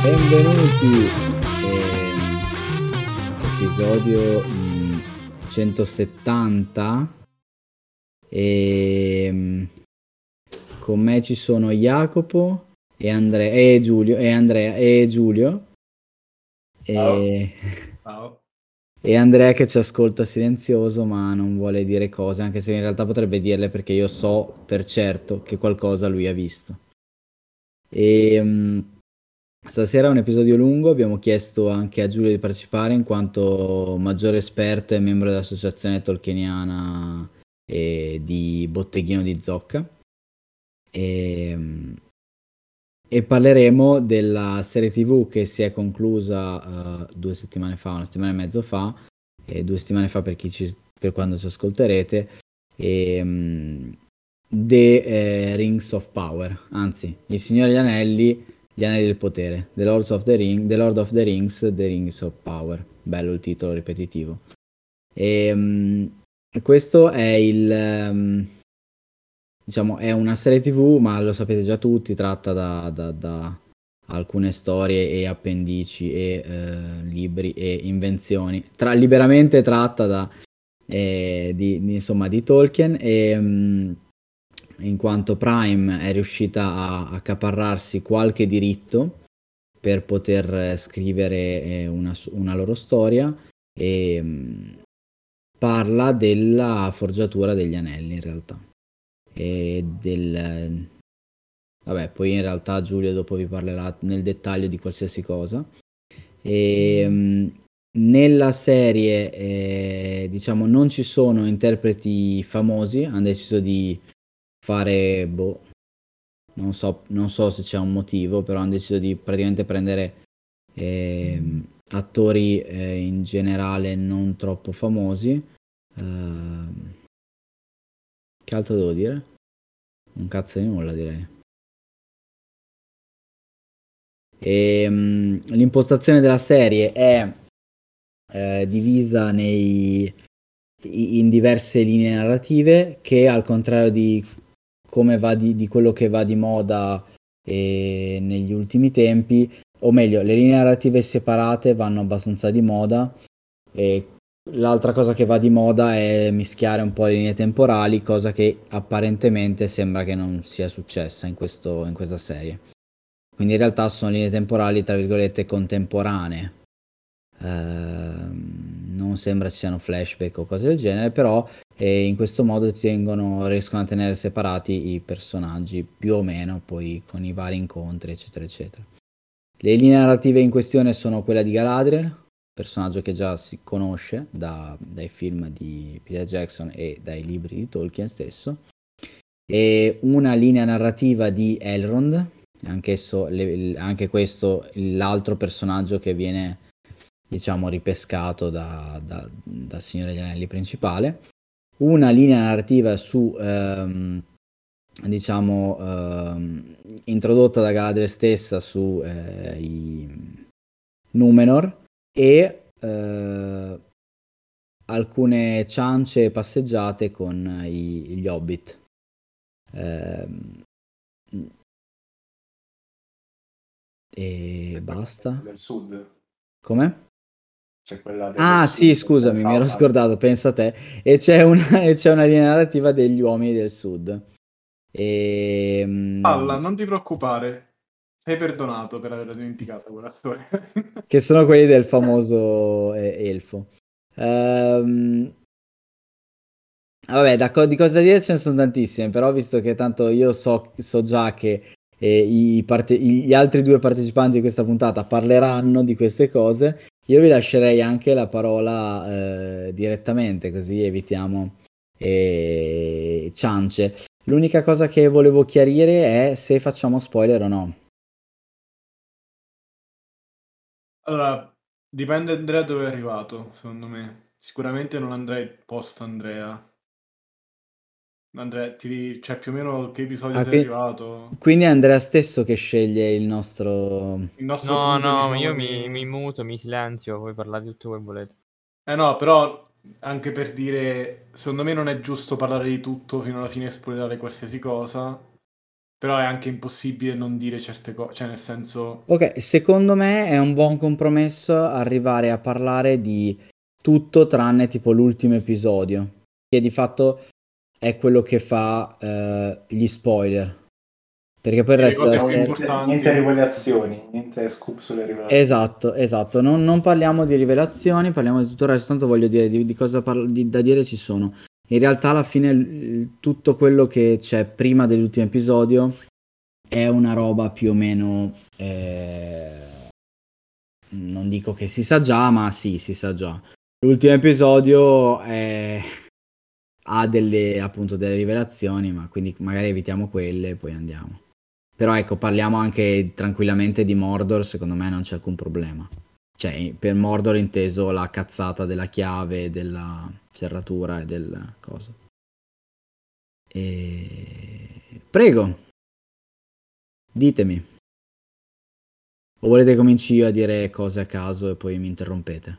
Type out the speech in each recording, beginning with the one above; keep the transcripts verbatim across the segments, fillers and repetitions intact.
Benvenuti, ehm, episodio mh, centosettanta. E con me ci sono Jacopo e Andrea e Giulio e Andrea e Giulio e, Ciao. e Andrea che ci ascolta silenzioso ma non vuole dire cose, anche se in realtà potrebbe dirle perché io so per certo che qualcosa lui ha visto. E mh, stasera è un episodio lungo, abbiamo chiesto anche a Giulio di partecipare in quanto maggiore esperto e membro dell'associazione tolkieniana e di Botteghino di Zocca. E, e parleremo della serie tivù che si è conclusa uh, due settimane fa, una settimana e mezzo fa, e due settimane fa per, chi ci, per quando ci ascolterete, e, um, The eh, Rings of Power, anzi, Il Signore degli Anelli, Gli Anelli del Potere, The, Lords of the Ring, The Lord of the Rings, The Rings of Power. Bello il titolo ripetitivo. E, um, questo è il... Um, diciamo, è una serie tivù, ma lo sapete già tutti, tratta da, da, da alcune storie e appendici e eh, libri e invenzioni, tra, liberamente tratta da, eh, di, di, insomma, di Tolkien, e mh, in quanto Prime è riuscita a accaparrarsi qualche diritto per poter scrivere eh, una, una loro storia, e mh, parla della forgiatura degli anelli in realtà. E del vabbè, poi in realtà Giulio dopo vi parlerà nel dettaglio di qualsiasi cosa. E mh, nella serie eh, diciamo non ci sono interpreti famosi, hanno deciso di fare boh, non so, non so se c'è un motivo, però hanno deciso di praticamente prendere eh, attori eh, in generale non troppo famosi. Uh, che altro devo dire? Un cazzo di nulla, direi. E, mh, l'impostazione della serie è eh, divisa nei, in diverse linee narrative che, al contrario di come va di, di quello che va di moda eh, negli ultimi tempi, o meglio, le linee narrative separate vanno abbastanza di moda, e l'altra cosa che va di moda è mischiare un po' le linee temporali, cosa che apparentemente sembra che non sia successa in, questo, in questa serie. Quindi in realtà sono linee temporali tra virgolette contemporanee. Ehm, non sembra ci siano flashback o cose del genere, però eh, in questo modo tengono, riescono a tenere separati i personaggi più o meno, poi con i vari incontri eccetera eccetera. Le linee narrative in questione sono quella di Galadriel, personaggio che già si conosce da, dai film di Peter Jackson e dai libri di Tolkien stesso, e una linea narrativa di Elrond, anch'esso, le, anche questo l'altro personaggio che viene diciamo ripescato da, da, da Signore degli Anelli principale, una linea narrativa su ehm, diciamo ehm, introdotta da Galadriel stessa su eh, i Númenor, e eh, alcune ciance e passeggiate con i, gli Hobbit. Eh, e basta. Del sud. Come? C'è quella del Ah sud, sì, del scusami, mi ero Sauron. scordato, pensa te. E c'è una, e c'è una linea narrativa degli uomini del sud. E, Palla, mm, non ti preoccupare. Sei perdonato per aver dimenticato quella storia. che sono quelli del famoso eh, elfo. Ehm, vabbè, da co- di cosa dire ce ne sono tantissime, però visto che tanto io so, so già che eh, i parte- gli altri due partecipanti di questa puntata parleranno di queste cose, io vi lascerei anche la parola eh, direttamente, così evitiamo eh, ciance. L'unica cosa che volevo chiarire è se facciamo spoiler o no. Allora, dipende Andrea dove è arrivato, secondo me. Sicuramente non andrei post Andrea. Andrea, ti... cioè più o meno che episodio Ah, sei qui- arrivato? quindi è Andrea stesso che sceglie il nostro... Il nostro No, punto, no, diciamo, io di... mi, mi muto, mi silenzio, voi parlate tutto quello che volete. Eh no, però anche per dire, secondo me non è giusto parlare di tutto fino alla fine e spoilerare qualsiasi cosa. Però è anche impossibile non dire certe cose, cioè nel senso... Ok, secondo me è un buon compromesso arrivare a parlare di tutto tranne tipo l'ultimo episodio, che di fatto è quello che fa eh, gli spoiler. Perché poi il E le resto della cose più serie... Niente, importanti... niente rivelazioni, niente scoop sulle rivelazioni. Esatto, esatto. Non, non parliamo di rivelazioni, parliamo di tutto il resto, tanto voglio dire di, di cosa parlo- di- da dire ci sono. In realtà alla fine il- tutto quello che c'è prima dell'ultimo episodio è una roba più o meno... eh, non dico che si sa già, ma sì, si sa già. L'ultimo episodio è- ha delle, appunto, delle rivelazioni, ma quindi magari evitiamo quelle e poi andiamo. Però ecco, parliamo anche tranquillamente di Mordor, secondo me non c'è alcun problema. Cioè, per Mordor inteso la cazzata della chiave, della serratura e del coso. E... Prego, ditemi. O volete che cominci io a dire cose a caso e poi mi interrompete?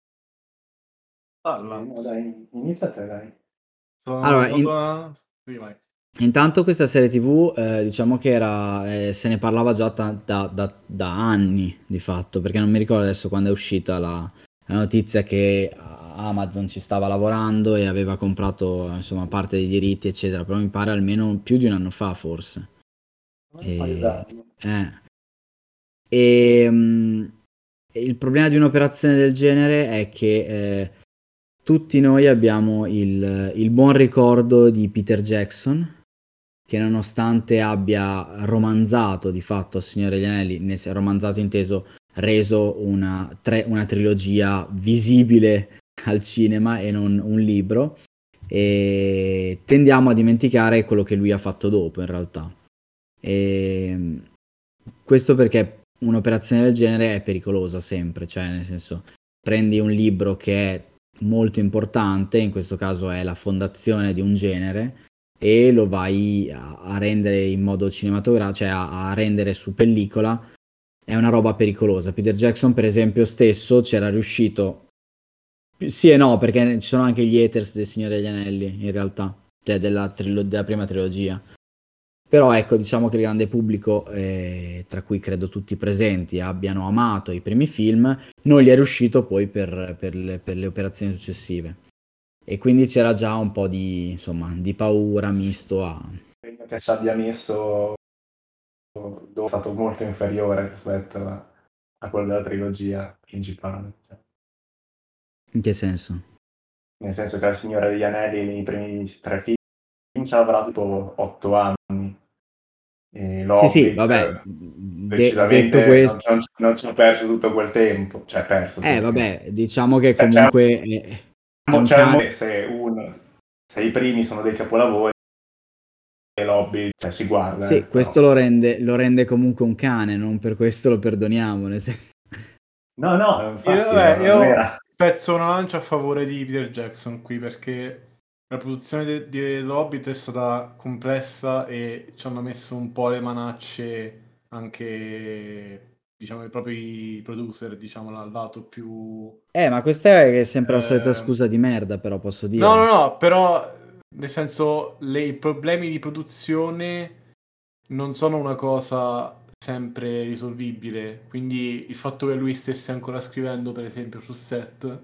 Parla. No, dai, inizia te, dai. Sono Allora, in- molto- Sì, vai. Intanto questa serie tivù, eh, diciamo che era, eh, se ne parlava già ta- da, da- da anni, di fatto, perché non mi ricordo adesso quando è uscita la, la notizia che Amazon ci stava lavorando e aveva comprato, insomma, parte dei diritti, eccetera, però mi pare almeno più di un anno fa, forse. Un paio E, d'anni. eh. E, mm, il problema di un'operazione del genere è che eh, tutti noi abbiamo il, il buon ricordo di Peter Jackson, che nonostante abbia romanzato di fatto Il Signore degli Anelli, nel senso, romanzato inteso reso una, tre- una trilogia visibile al cinema e non un libro, e tendiamo a dimenticare quello che lui ha fatto dopo in realtà. E questo perché un'operazione del genere è pericolosa sempre, cioè nel senso prendi un libro che è molto importante, in questo caso è la fondazione di un genere, e lo vai a, a rendere in modo cinematografico, cioè a, a rendere su pellicola, è una roba pericolosa. Peter Jackson, per esempio, stesso c'era riuscito, sì e no, perché ci sono anche gli haters del Signore degli Anelli, in realtà, cioè della, trilo- della prima trilogia. Però ecco, diciamo che il grande pubblico, eh, tra cui credo tutti i presenti, abbiano amato i primi film, non gli è riuscito poi per, per le, per le operazioni successive. E quindi c'era già un po' di, insomma, di paura misto a... Credo che ci abbia messo dove è stato molto inferiore rispetto a, a quello della trilogia principale. Cioè, In che senso? nel senso che Il Signore degli Anelli nei primi tre film ci avrà tipo otto anni. E Sì, sì, l'Hobbit vabbè, eh, de- detto decisamente non, questo... non, non ci ho perso tutto quel tempo. Cioè, perso Eh, perché... vabbè, diciamo che Cioè, c'è, comunque è, è un c'è il cane... mo- se, uno, se i primi sono dei capolavori, e l'Hobbit cioè, si guarda, eh, Sì, però... questo lo rende, lo rende comunque un cane, non per questo lo perdoniamo, nel senso... No, no, Io, infatti vabbè, non io era... spezzo una lancia a favore di Peter Jackson qui perché la produzione de- di Hobbit è stata complessa e ci hanno messo un po' le manacce anche, diciamo, i propri producer, diciamo, dal lato più... Eh, ma questa è sempre la solita eh, scusa di merda, però, posso No, no, dire. no, però nel senso le- i problemi di produzione non sono una cosa sempre risolvibile, quindi il fatto che lui stesse ancora scrivendo, per esempio, sul set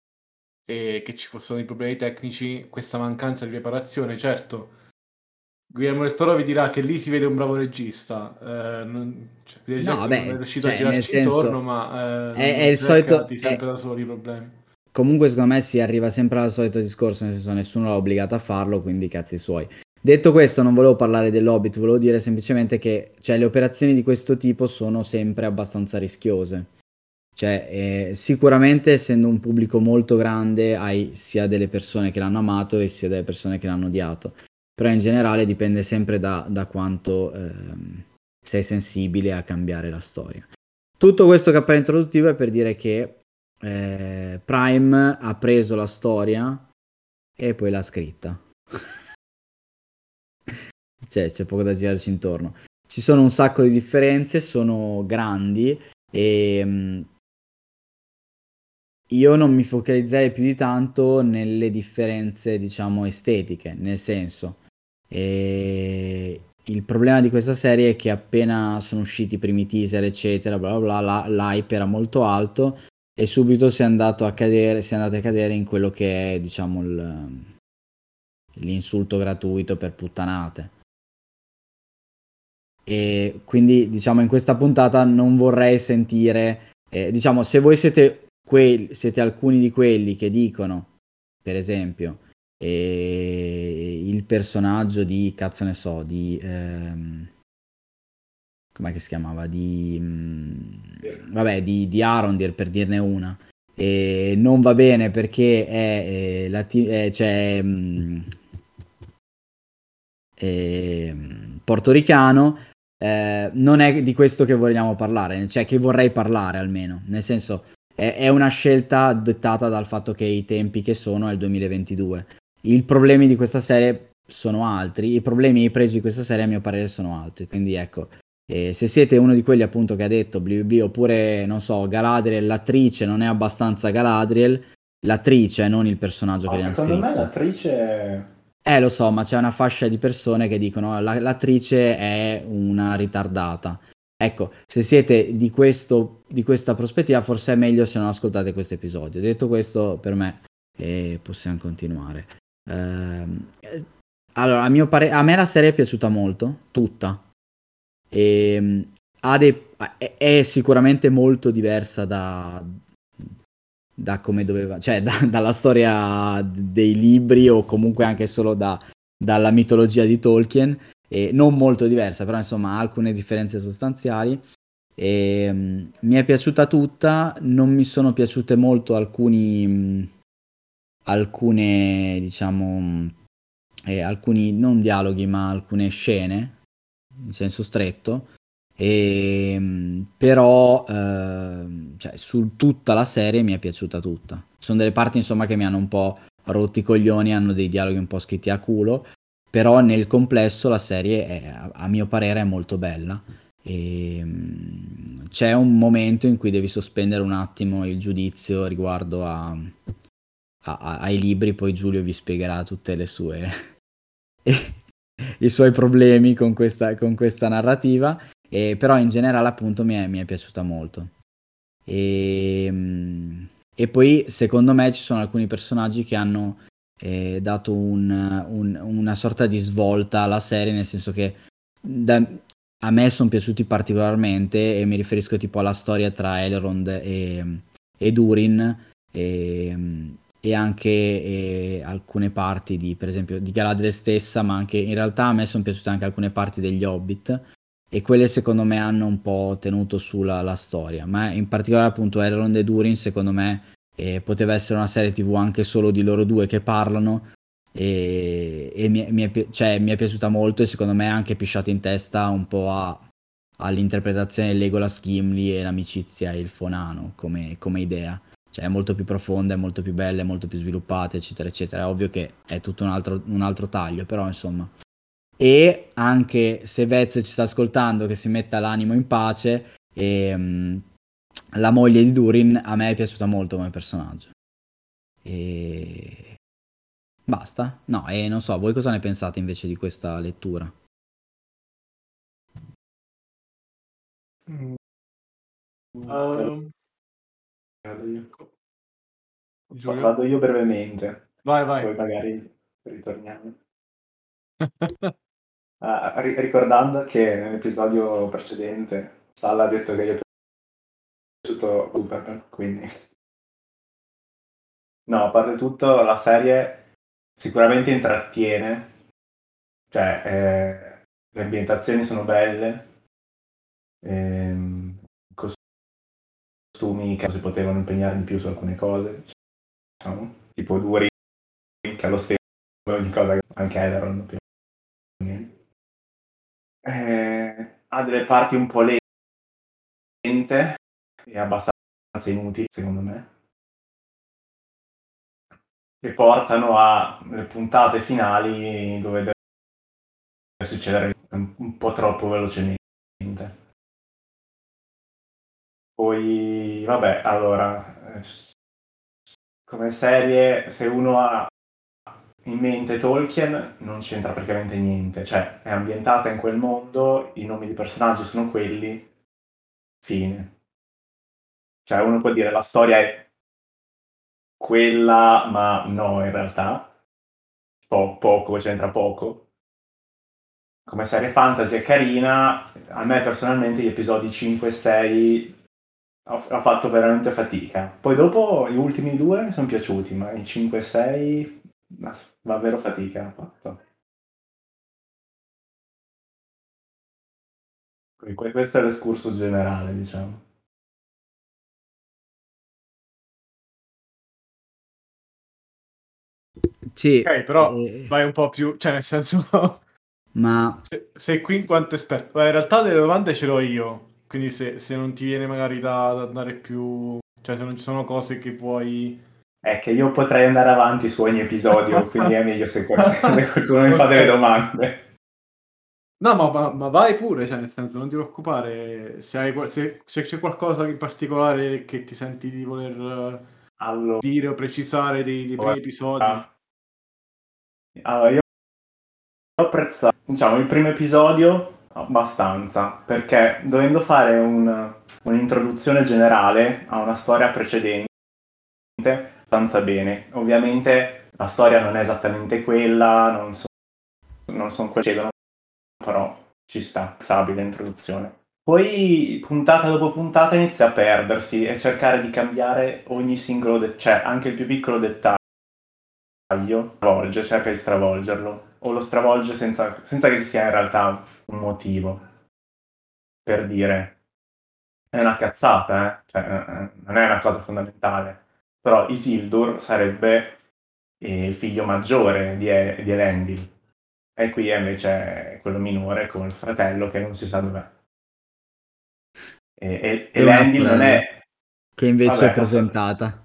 e che ci fossero dei problemi tecnici, questa mancanza di preparazione, certo. Guillermo del Toro vi dirà che lì si vede un bravo regista. eh, non- cioè, Peter No, Jackson non è vabbè, riuscito a cioè, nel girarci intorno, senso, ma eh, è, non, è non il si è solito... creati è- sempre da soli i problemi. Comunque, secondo me si arriva sempre al solito discorso, nel senso, nessuno l'ha obbligato a farlo, quindi cazzi suoi. Detto questo, non volevo parlare dell'Hobbit, volevo dire semplicemente che, cioè, le operazioni di questo tipo sono sempre abbastanza rischiose. Cioè, eh, sicuramente essendo un pubblico molto grande, hai sia delle persone che l'hanno amato e sia delle persone che l'hanno odiato. Però in generale dipende sempre da, da quanto ehm, sei sensibile a cambiare la storia. Tutto questo cappello introduttivo è per dire che eh, Prime ha preso la storia e poi l'ha scritta. Cioè, c'è poco da girarci intorno. Ci sono un sacco di differenze, sono grandi e mh, io non mi focalizzerei più di tanto nelle differenze, diciamo, estetiche, nel senso, e il problema di questa serie è che appena sono usciti i primi teaser, eccetera, bla bla bla, la- l'hype era molto alto e subito si è andato a cadere, si è andato a cadere in quello che è, diciamo, il- l'insulto gratuito per puttanate. E quindi, diciamo, in questa puntata non vorrei sentire, eh, diciamo, se voi siete, quel- siete alcuni di quelli che dicono, per esempio, eh, il personaggio di, cazzo ne so, di, ehm, com'è che si chiamava? Di, mm, vabbè, di, di Arondir, per dirne una. E non va bene perché è, eh, lati- eh, cioè, mm, è, mm, portoricano. Eh, non è di questo che vogliamo parlare, cioè che vorrei parlare almeno, nel senso è, è una scelta dettata dal fatto che i tempi che sono è il duemilaventidue. I problemi di questa serie sono altri, i problemi presi di questa serie a mio parere sono altri, quindi ecco, eh, se siete uno di quelli appunto che ha detto bli bli bli, oppure non so, Galadriel, l'attrice non è abbastanza Galadriel, l'attrice, non il personaggio che No, gli hanno secondo me scritto. l'attrice... Eh, lo so, ma c'è una fascia di persone che dicono la, l'attrice è una ritardata. Ecco, se siete di questo, di questa prospettiva, forse è meglio se non ascoltate questo episodio. Detto questo, per me, eh, possiamo continuare. Ehm, eh, allora, a mio pare- a me la serie è piaciuta molto, tutta. E, ha dei- è, è sicuramente molto diversa da, da come doveva, cioè da- dalla storia d- dei libri o comunque anche solo da- dalla mitologia di Tolkien, e non molto diversa, però insomma ha alcune differenze sostanziali. E, mm, mi è piaciuta tutta, non mi sono piaciute molto alcuni, mm, alcune, diciamo, mm, eh, alcuni non dialoghi, ma alcune scene in senso stretto. E, mm, però ehm, cioè, su tutta la serie mi è piaciuta tutta. Ci sono delle parti insomma che mi hanno un po' rotti i coglioni, hanno dei dialoghi un po' scritti a culo, però nel complesso la serie è, a, a mio parere è molto bella. E, mm, c'è un momento in cui devi sospendere un attimo il giudizio riguardo a, a- a- ai libri, poi Giulio vi spiegherà tutte le sue i suoi problemi con questa, con questa narrativa, e, però in generale appunto mi è, mi è piaciuta molto. E, mm, e poi secondo me ci sono alcuni personaggi che hanno eh, dato un- un- una sorta di svolta alla serie, nel senso che da- a me sono piaciuti particolarmente, e mi riferisco tipo alla storia tra Elrond e, e Durin, e, e anche eh, alcune parti di, per esempio, di Galadriel stessa, ma anche in realtà a me sono piaciute anche alcune parti degli Hobbit, e quelle secondo me hanno un po' tenuto sulla la storia, ma in particolare appunto Elrond e Durin secondo me eh, poteva essere una serie tivù anche solo di loro due che parlano, e, e mi, è- mi è, pi- cioè, mi è piaciuta molto, e secondo me ha anche pisciato in testa un po' a- all'interpretazione di Legolas Gimli e l'amicizia e il Fonano come, come idea. Cioè è molto più profonda, è molto più bella, è molto più sviluppata, eccetera, eccetera. È ovvio che è tutto un altro, un altro taglio, però insomma. E anche se Vez ci sta ascoltando, che si metta l'animo in pace, e, mm, la moglie di Durin a me è piaciuta molto come personaggio. E basta? No, e non so, voi cosa ne pensate invece di questa lettura? Mm, Ehm, Vado io. Giulio? Vado io brevemente, Vai, vai. poi magari ritorniamo. Ah, ri- ricordando che nell'episodio precedente Salla ha detto che gli è piaciuto Superman, quindi no, a parte tutto la serie sicuramente intrattiene, cioè eh, le ambientazioni sono belle, ehm, costumi che si potevano impegnare di più su alcune cose, diciamo, tipo Durin che è lo stesso di cosa che anche Elrond più o meno. Eh, ha delle parti un po' lente e abbastanza inutili secondo me, che portano alle puntate finali dove deve succedere un, un po' troppo velocemente. Poi, vabbè, allora, eh, come serie, se uno ha in mente Tolkien non c'entra praticamente niente, cioè è ambientata in quel mondo, i nomi di personaggi sono quelli, fine. Cioè uno può dire la storia è quella, ma no, in realtà po- poco, c'entra poco. Come serie fantasy è carina, a me personalmente gli episodi cinque e sei ho, ho fatto veramente fatica. Poi dopo gli ultimi due mi sono piaciuti, ma i cinque e sei ma- davvero fatica ho fatto. Quindi que- questo è l'escurso generale, diciamo. Sì, Ok, però eh, vai un po' più, cioè nel senso, ma se- sei qui in quanto esperto. Ma in realtà delle domande ce l'ho io, quindi se, se non ti viene magari da, da andare più, cioè se non ci sono cose che vuoi... È che io potrei andare avanti su ogni episodio, quindi è meglio se, se qualcuno mi fa Ok. delle domande. No, ma, ma- ma vai pure, cioè nel senso, non ti preoccupare, se, hai, qual- se, se c'è qualcosa in particolare che ti senti di voler eh, Allora, dire o precisare dei, dei primi episodi. allora, io ho apprezzato, diciamo, il primo episodio abbastanza, perché dovendo fare un- un'introduzione generale a una storia precedente, abbastanza bene. Ovviamente la storia non è esattamente quella, non so, non sono quelle che succedono, però ci sta, sabile introduzione. Poi puntata dopo puntata inizia a perdersi e cercare di cambiare ogni singolo, de- cioè anche il più piccolo dettaglio, stravolge, cerca di stravolgerlo, o lo stravolge senza, senza che ci sia in realtà un motivo, per dire. È una cazzata, eh? Cioè, eh, non è una cosa fondamentale. Però Isildur sarebbe eh, il figlio maggiore di, e- di Elendil. E qui è invece quello minore con il fratello che non si sa dov'è. E, e, è una Elendil non sorella è... che invece è Vabbè, posso- presentata.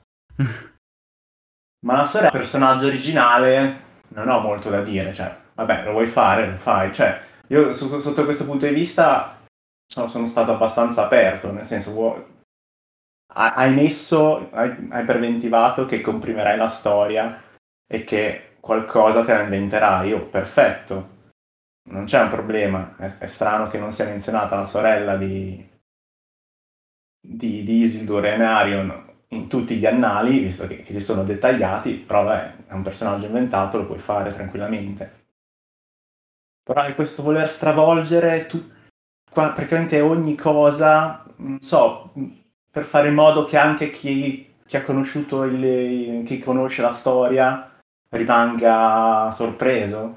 ma la sorella, personaggio originale, non ho molto da dire. Cioè, vabbè, lo vuoi fare, lo fai. Cioè, io su- sotto questo punto di vista sono, sono stato abbastanza aperto, nel senso, vuoi- ha- hai messo, hai, hai preventivato che comprimerai la storia e che qualcosa te la inventerai. Oh, perfetto, non c'è un problema. È, è strano che non sia menzionata la sorella di, di, di Isildur e Narion in tutti gli annali, visto che, che ci sono dettagliati, però beh, è un personaggio inventato, lo puoi fare tranquillamente. Però è questo voler stravolgere tu, qua, praticamente ogni cosa, non so, per fare in modo che anche chi, chi ha conosciuto il, chi conosce la storia rimanga sorpreso.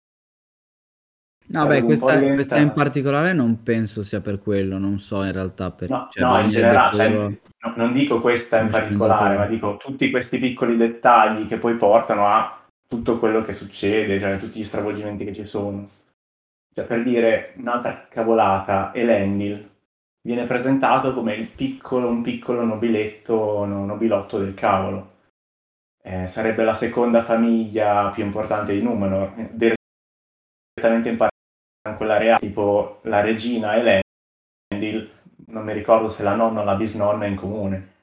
No, Cioè, beh, dopo un po' questa, questa in diventa... particolare non penso sia per quello, non so in realtà perché, No, cioè no, in bisognerebbe generale, chiederlo cioè, no- non dico questa in allo particolare, ma sceneggiatore. dico tutti questi piccoli dettagli che poi portano a tutto quello che succede, cioè tutti gli stravolgimenti che ci sono. Cioè, per dire un'altra cavolata, Elendil viene presentato come il piccolo, un piccolo nobiletto, no- nobilotto del cavolo. Eh, sarebbe la seconda famiglia più importante di Numenor, eh, direttamente in paragone con quella reale, tipo la regina Elendil, non mi ricordo se la nonna o la bisnonna è in comune.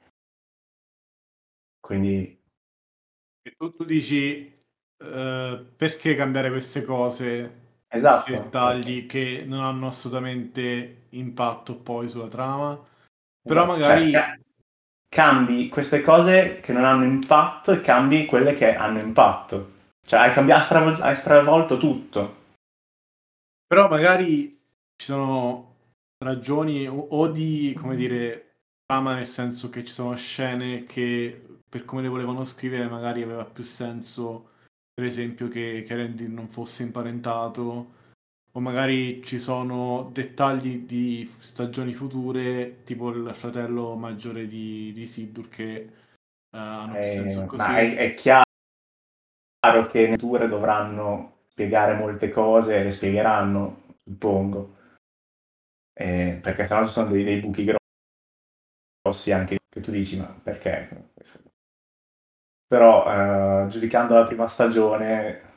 Quindi, E tu, tu dici eh, perché cambiare queste cose, questi esatto, perché, dettagli che non hanno assolutamente impatto poi sulla trama, però esatto, cioè magari, ca- cambi queste cose che non hanno impatto e cambi quelle che hanno impatto. Cioè hai cambiato, stravol- hai stravolto tutto. però magari ci sono ragioni o, o di, come dire, trama nel senso che ci sono scene che per come le volevano scrivere magari aveva più senso, per esempio, che, che Randy non fosse imparentato. O magari ci sono dettagli di stagioni future, tipo il fratello maggiore di, di Sildur, che eh, hanno più senso Eh, ma è, così. è chiaro che le letture dovranno spiegare molte cose e le spiegheranno, suppongo. Eh, perché sennò ci sono dei, dei buchi grossi anche che tu dici, ma perché? Però, eh, giudicando la prima stagione,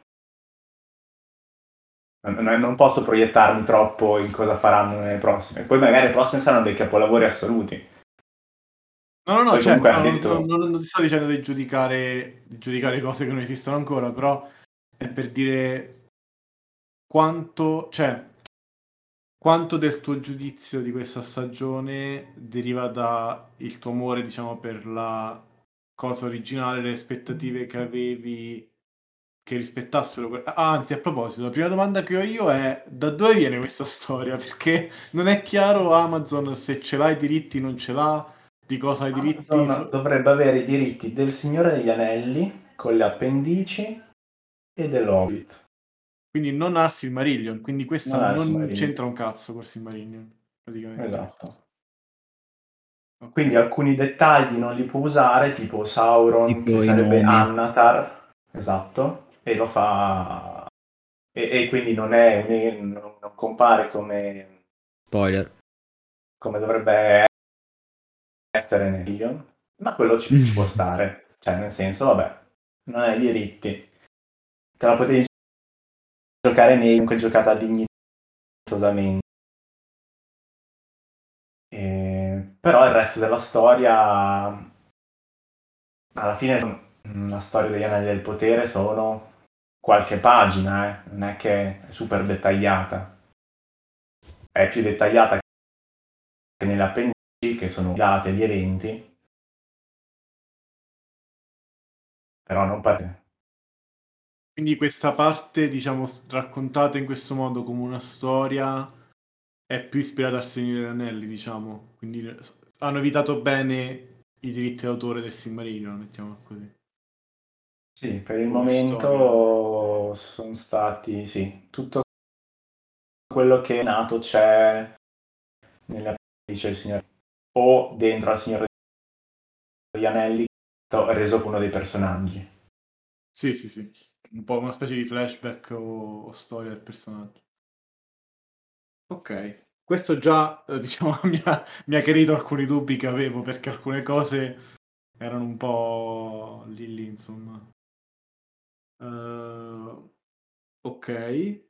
non, non posso proiettarmi troppo in cosa faranno nelle prossime. Poi magari le prossime saranno dei capolavori assoluti. No, no, no, Poi comunque certo, hanno no, non, detto, non- non ti sto dicendo di giudicare, di giudicare cose che non esistono ancora, però è per dire quanto, cioè, quanto del tuo giudizio di questa stagione deriva da il tuo amore, diciamo, per la cosa originale, le aspettative che avevi che rispettassero que- ah, anzi, a proposito, la prima domanda che ho io è: da dove viene questa storia? Perché non è chiaro Amazon se ce l'ha i diritti, non ce l'ha, di cosa ha i diritti. Amazon dovrebbe avere i diritti del Signore degli Anelli con le appendici e dell'Hobbit. Quindi non ha Silmarillion, quindi questa Non ha il non Silmarillion. c'entra un cazzo col Silmarillion, praticamente. Esatto. Ok. Quindi alcuni dettagli non li può usare, tipo Sauron, Tipo che i sarebbe nomi. Annatar, esatto, e lo fa... E, e quindi non, è, non, non compare come, Spoiler. come dovrebbe essere nell'Illion, ma quello ci, ci può stare. Cioè, nel senso, vabbè, non hai i diritti. Te la potevi giocare meglio, comunque giocata dignitosamente. E... Però il resto della storia, alla fine, la storia degli Anelli del Potere sono qualche pagina, eh? Non è che è super dettagliata. È più dettagliata che nelle appendici, che sono date di eventi, però non parte. Quindi questa parte, diciamo, s- raccontata in questo modo come una storia è più ispirata al Signore degli Anelli, diciamo. Quindi eh, s- hanno evitato bene i diritti d'autore del Silmarillion, mettiamola così. Sì, per il Come storia. momento sono stati, sì, tutto quello che è nato c'è nelle appendici del Signore o dentro al Signore degli Anelli, è reso uno dei personaggi. Sì, sì, sì. Un po' una specie di flashback o, o storia del personaggio. Ok. Questo già, eh, diciamo, mi ha, mi ha chiarito alcuni dubbi che avevo, perché alcune cose erano un po' lì lì, insomma. Eh, ok. Eh,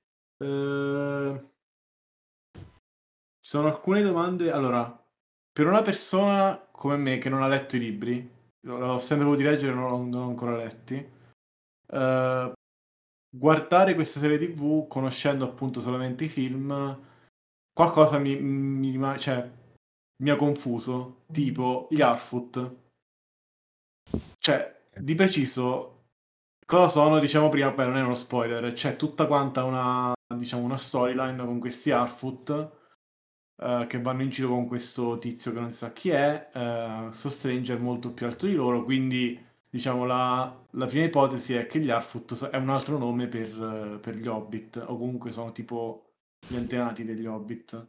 ci sono alcune domande. Allora, per una persona come me che non ha letto i libri, l'ho sempre voluto leggere, non l'ho non l'ho ancora letti. eh, guardare questa serie T V conoscendo appunto solamente i film, qualcosa mi, mi rimane, cioè, mi ha confuso, tipo gli Harfoot. Cioè, di preciso, cosa sono, diciamo prima, beh, non è uno spoiler, c'è tutta quanta una, diciamo, una storyline con questi Harfoot eh, che vanno in giro con questo tizio che non si sa chi è, eh, sto Stranger molto più alto di loro, quindi diciamo la, la prima ipotesi è che gli Harfoot so- è un altro nome per, eh, per gli Hobbit, o comunque sono tipo gli antenati degli Hobbit.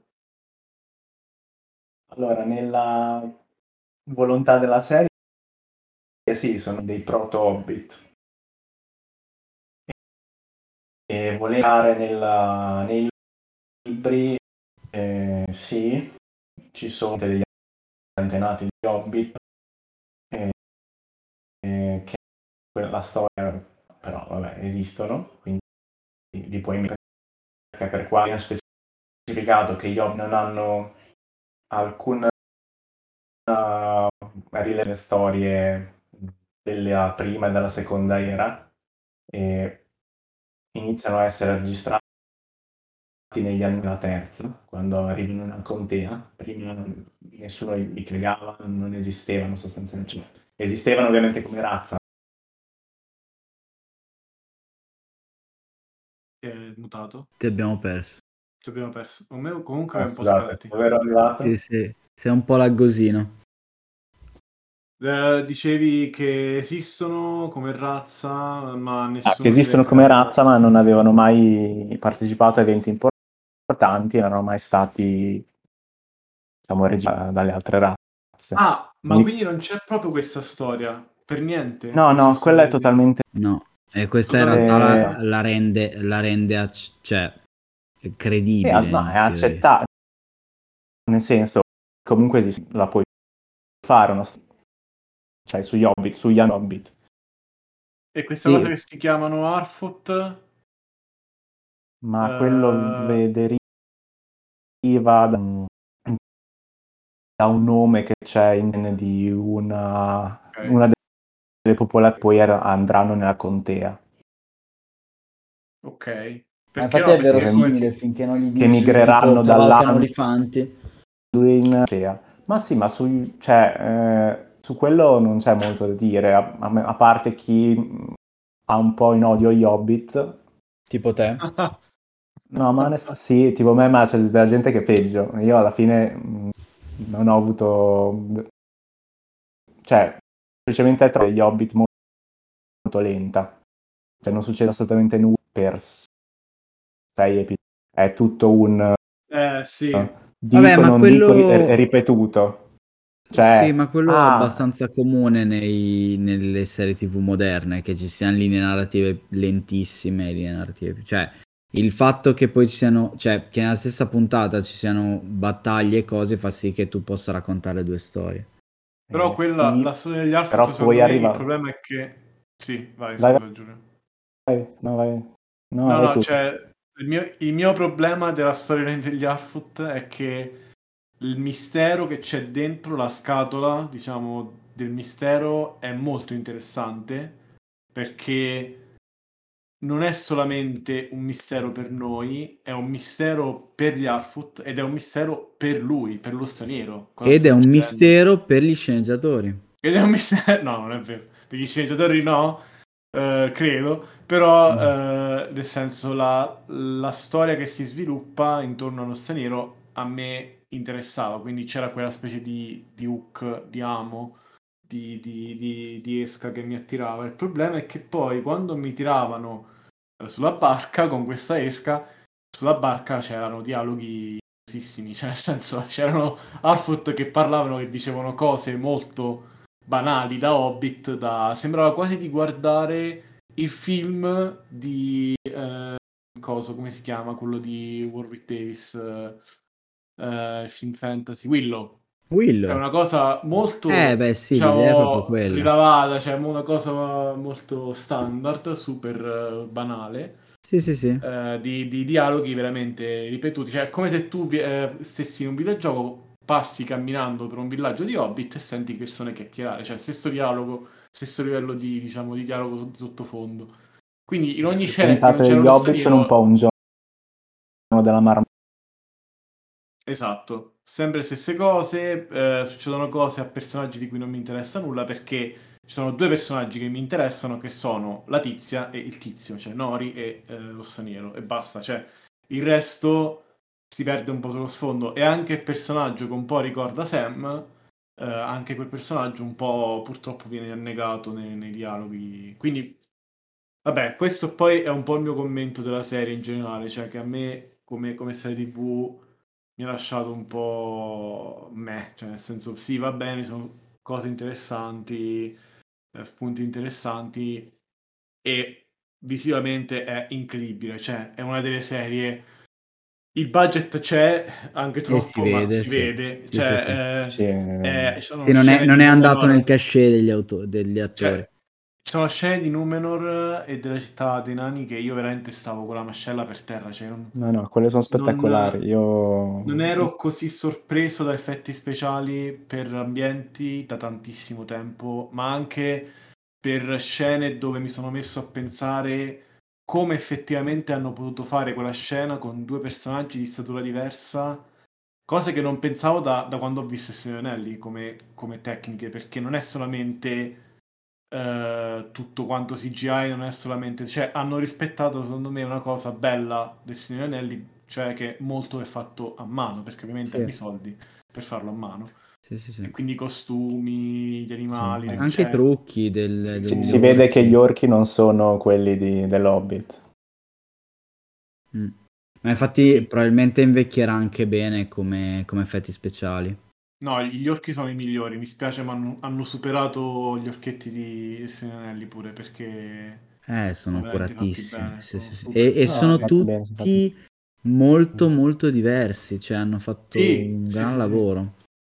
Allora, nella volontà della serie, sì, sono dei proto-Hobbit. E volere nella, nei libri, eh, sì, ci sono degli antenati di Hobbit, eh, eh, che quella storia, però vabbè, esistono, quindi li puoi mettere, perché per qua viene specificato che gli Hobbit non hanno alcuna rilevanza storie della prima e della seconda era, e iniziano a essere registrati negli anni della terza, quando arrivano in una contea. Prima nessuno li li credeva, non esistevano sostanzialmente. Cioè, esistevano ovviamente come razza. Che è mutato. Ti abbiamo perso. Ci abbiamo perso. O me comunque Ah, è un po' scusate, scatti. dove ero arrivato? Sì, sì. Sei un po' laggosino. Eh, dicevi che esistono come razza, ma Ah, che nessuno se l'è esistono come creato. razza, ma non avevano mai partecipato a eventi importanti, non erano mai stati, diciamo, registrati dalle altre razze. Ah, ma Quindi, quindi non c'è proprio questa storia? Per niente? no, Questa no, quella è storia di... totalmente... No. E questa in realtà Totalmente... la, la rende, la rende ac- cioè, Sì, ah, credibile no, è in teoria. accettata, nel senso, comunque esiste, la puoi fare una storia, cioè sugli Hobbit, sugli Hobbit. E questa cosa Sì, che si chiamano Harfoot... Ma quello eh, ve- deriva da un, da un nome che c'è in, di una, ok. una delle popolazioni, poi era- andranno nella contea. Ok. Ma Perché infatti no? è Perché verosimile come... finché non gli che dici migreranno tipo cavalcano dall'Am- olifanti. lui in Tea. Ma sì, ma su, cioè, eh, su quello non c'è molto da dire, a, a me- a parte chi mh, ha un po' in odio gli Hobbit. Tipo te. No, ma onest- sì, tipo me, ma c'è della gente che è peggio. Io alla fine mh, non ho avuto... Cioè, semplicemente trovo gli Hobbit molto, molto lenta. Cioè, non succede assolutamente nulla per sei episodi. È tutto un... Eh, sì. Vabbè, dico, ma non dico, ri- è quello... ripetuto. Sì, ma Cioè, quello è ah, abbastanza comune nei- nelle serie T V moderne, che ci siano linee narrative lentissime e linee narrative più... Cioè, il fatto che poi ci siano... Cioè, che nella stessa puntata ci siano battaglie e cose fa sì che tu possa raccontare due storie. Però eh, quella, sì, la storia degli Harfoot, però poi secondo me, il arriva... problema è che... Sì, vai, Vai, scusa Giulio. vai, no, vai. No, No, vai no, tu. cioè, il mio, il mio problema della storia degli Harfoot è che il mistero che c'è dentro la scatola, diciamo, del mistero è molto interessante, perché non è solamente un mistero per noi, è un mistero per gli Harfoot ed è un mistero per lui, per lo straniero. Cosa Ed sta è un succedendo? mistero per gli sceneggiatori. Ed è un mistero... No, non è vero. Per gli sceneggiatori no, eh, credo. Però, Mm. eh, nel senso, la, la storia che si sviluppa intorno allo straniero a me interessava. Quindi c'era quella specie di, di hook, di amo, di, di, di, di esca che mi attirava. Il problema è che poi, quando mi tiravano eh, sulla barca con questa esca, sulla barca c'erano dialoghi cioè nel senso c'erano Harfoot che parlavano, che dicevano cose molto banali da Hobbit, da... sembrava quasi di guardare il film di eh, coso, come si chiama? Quello di Warwick Davis, eh, eh, il film fantasy, Willow. È Willow. una cosa Eh, molto, beh, sì, l'idea è proprio diciamo, quella. rilavata, cioè una cosa molto standard, super eh, banale Sì, sì, sì. eh, di, di dialoghi veramente ripetuti. Cioè, è come se tu vi- eh, stessi in un videogioco, passi camminando per un villaggio di Hobbit e senti persone chiacchierare. Cioè, stesso dialogo, stesso livello di, diciamo, di dialogo sottofondo. Quindi in ogni Le scena in cui non puntate c'era degli lo Hobbit sono un po' straniero, un giorno della marmota. esatto, sempre le stesse cose, eh, succedono cose a personaggi di cui non mi interessa nulla perché ci sono due personaggi che mi interessano che sono la tizia e il tizio, cioè Nori e eh, lo straniero e basta, cioè il resto si perde un po' sullo sfondo e anche il personaggio che un po' ricorda Sam, eh, anche quel personaggio un po' purtroppo viene annegato nei, nei dialoghi, quindi vabbè, questo poi è un po' il mio commento della serie in generale, cioè che a me come, come serie T V mi ha lasciato un po' me, cioè nel senso sì, va bene, sono cose interessanti, eh, spunti interessanti e visivamente è incredibile, cioè è una delle serie, il budget c'è anche E si troppo, ma vede, si sì. vede, Sì, sì, sì. cioè Sì, eh, eh, eh, ci Sì, sono non è, scene non di è andato nel Numenor. cachet degli, auto- degli attori. Cioè, ci sono scene di Numenor e della città dei nani che io veramente stavo con la mascella per terra, cioè non, no, no, quelle sono spettacolari. non- Io... non ero così sorpreso da effetti speciali per ambienti da tantissimo tempo, ma anche per scene dove mi sono messo a pensare come effettivamente hanno potuto fare quella scena con due personaggi di statura diversa, cose che non pensavo da, da quando ho visto i Signori Anelli come, come tecniche, perché non è solamente eh, tutto quanto C G I, non è solamente... Cioè, hanno rispettato, secondo me, una cosa bella del Signore degli Anelli, cioè che molto è fatto a mano, perché ovviamente hanno Sì, i soldi per farlo a mano. sì, sì, E sì. quindi i costumi, gli Sì, animali, le- eh. Anche i cioè... trucchi del- Si, degli si vede che gli orchi. orchi non sono quelli di, dell'Hobbit. Mm. Ma infatti Sì. probabilmente invecchierà anche bene come, come effetti speciali. No, gli orchi sono i migliori, mi spiace, ma hanno, hanno superato gli orchetti di Il Signore degli Anelli pure, perché Eh, sono sono veramente fatti curatissimi. bene, Sì, sono sì, sì. super E, e No, sono sono curati. fatti bene, sono fatti tutti molto, bene. molto diversi. Cioè, hanno fatto Sì, un sì, gran sì, sì. lavoro.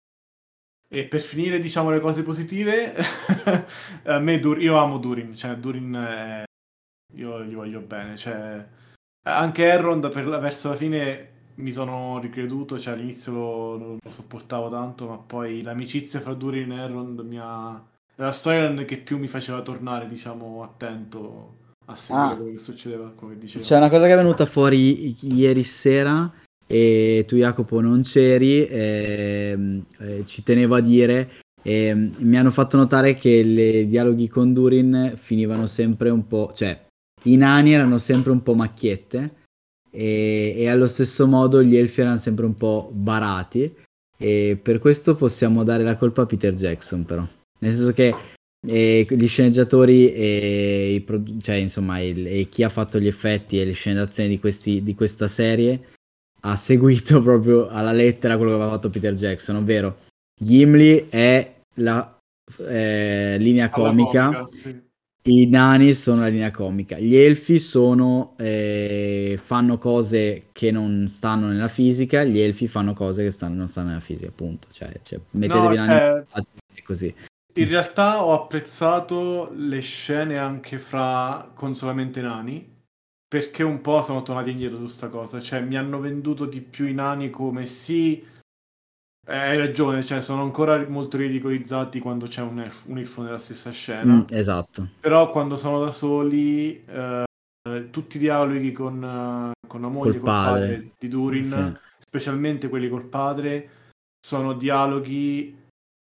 E per finire, diciamo, le cose positive, a me Dur- io amo Durin, cioè Durin è- io gli voglio bene, cioè anche Elrond per la- verso la fine mi sono ricreduto, cioè all'inizio lo, non lo sopportavo tanto, ma poi l'amicizia fra Durin e Elrond mi ha... è la storyline che più mi faceva tornare, diciamo, attento a seguire Ah. quello che succedeva, come dicevo. C'è una cosa che è venuta fuori i- ieri sera e tu Jacopo non c'eri, ehm, eh, ci tenevo a dire, ehm, mi hanno fatto notare che i dialoghi con Durin finivano sempre un po', cioè i nani erano sempre un po' macchiette e, e allo stesso modo gli elfi erano sempre un po' barati e per questo possiamo dare la colpa a Peter Jackson però, nel senso che e gli sceneggiatori e, i produ- cioè, insomma, il- e chi ha fatto gli effetti e le sceneggiazioni di, questi, di questa serie ha seguito proprio alla lettera quello che aveva fatto Peter Jackson, ovvero Gimli è la eh, linea Alla comica, comica, sì. i nani sono la linea comica, gli elfi sono, eh, fanno cose che non stanno nella fisica, gli elfi fanno cose che stanno, non stanno nella fisica, appunto. Cioè, cioè, mettetevi No, i nani cioè, è così. in realtà ho apprezzato le scene anche fra con solamente nani, perché un po' sono tornati indietro su sta cosa, cioè mi hanno venduto di più i nani come sì, eh, hai ragione, cioè sono ancora molto ridicolizzati quando c'è un elfo, un elfo nella stessa scena, Mm, esatto. però quando sono da soli, eh, tutti i dialoghi con, eh, con la moglie, Col col padre. padre di Durin, Sì. specialmente quelli col padre, sono dialoghi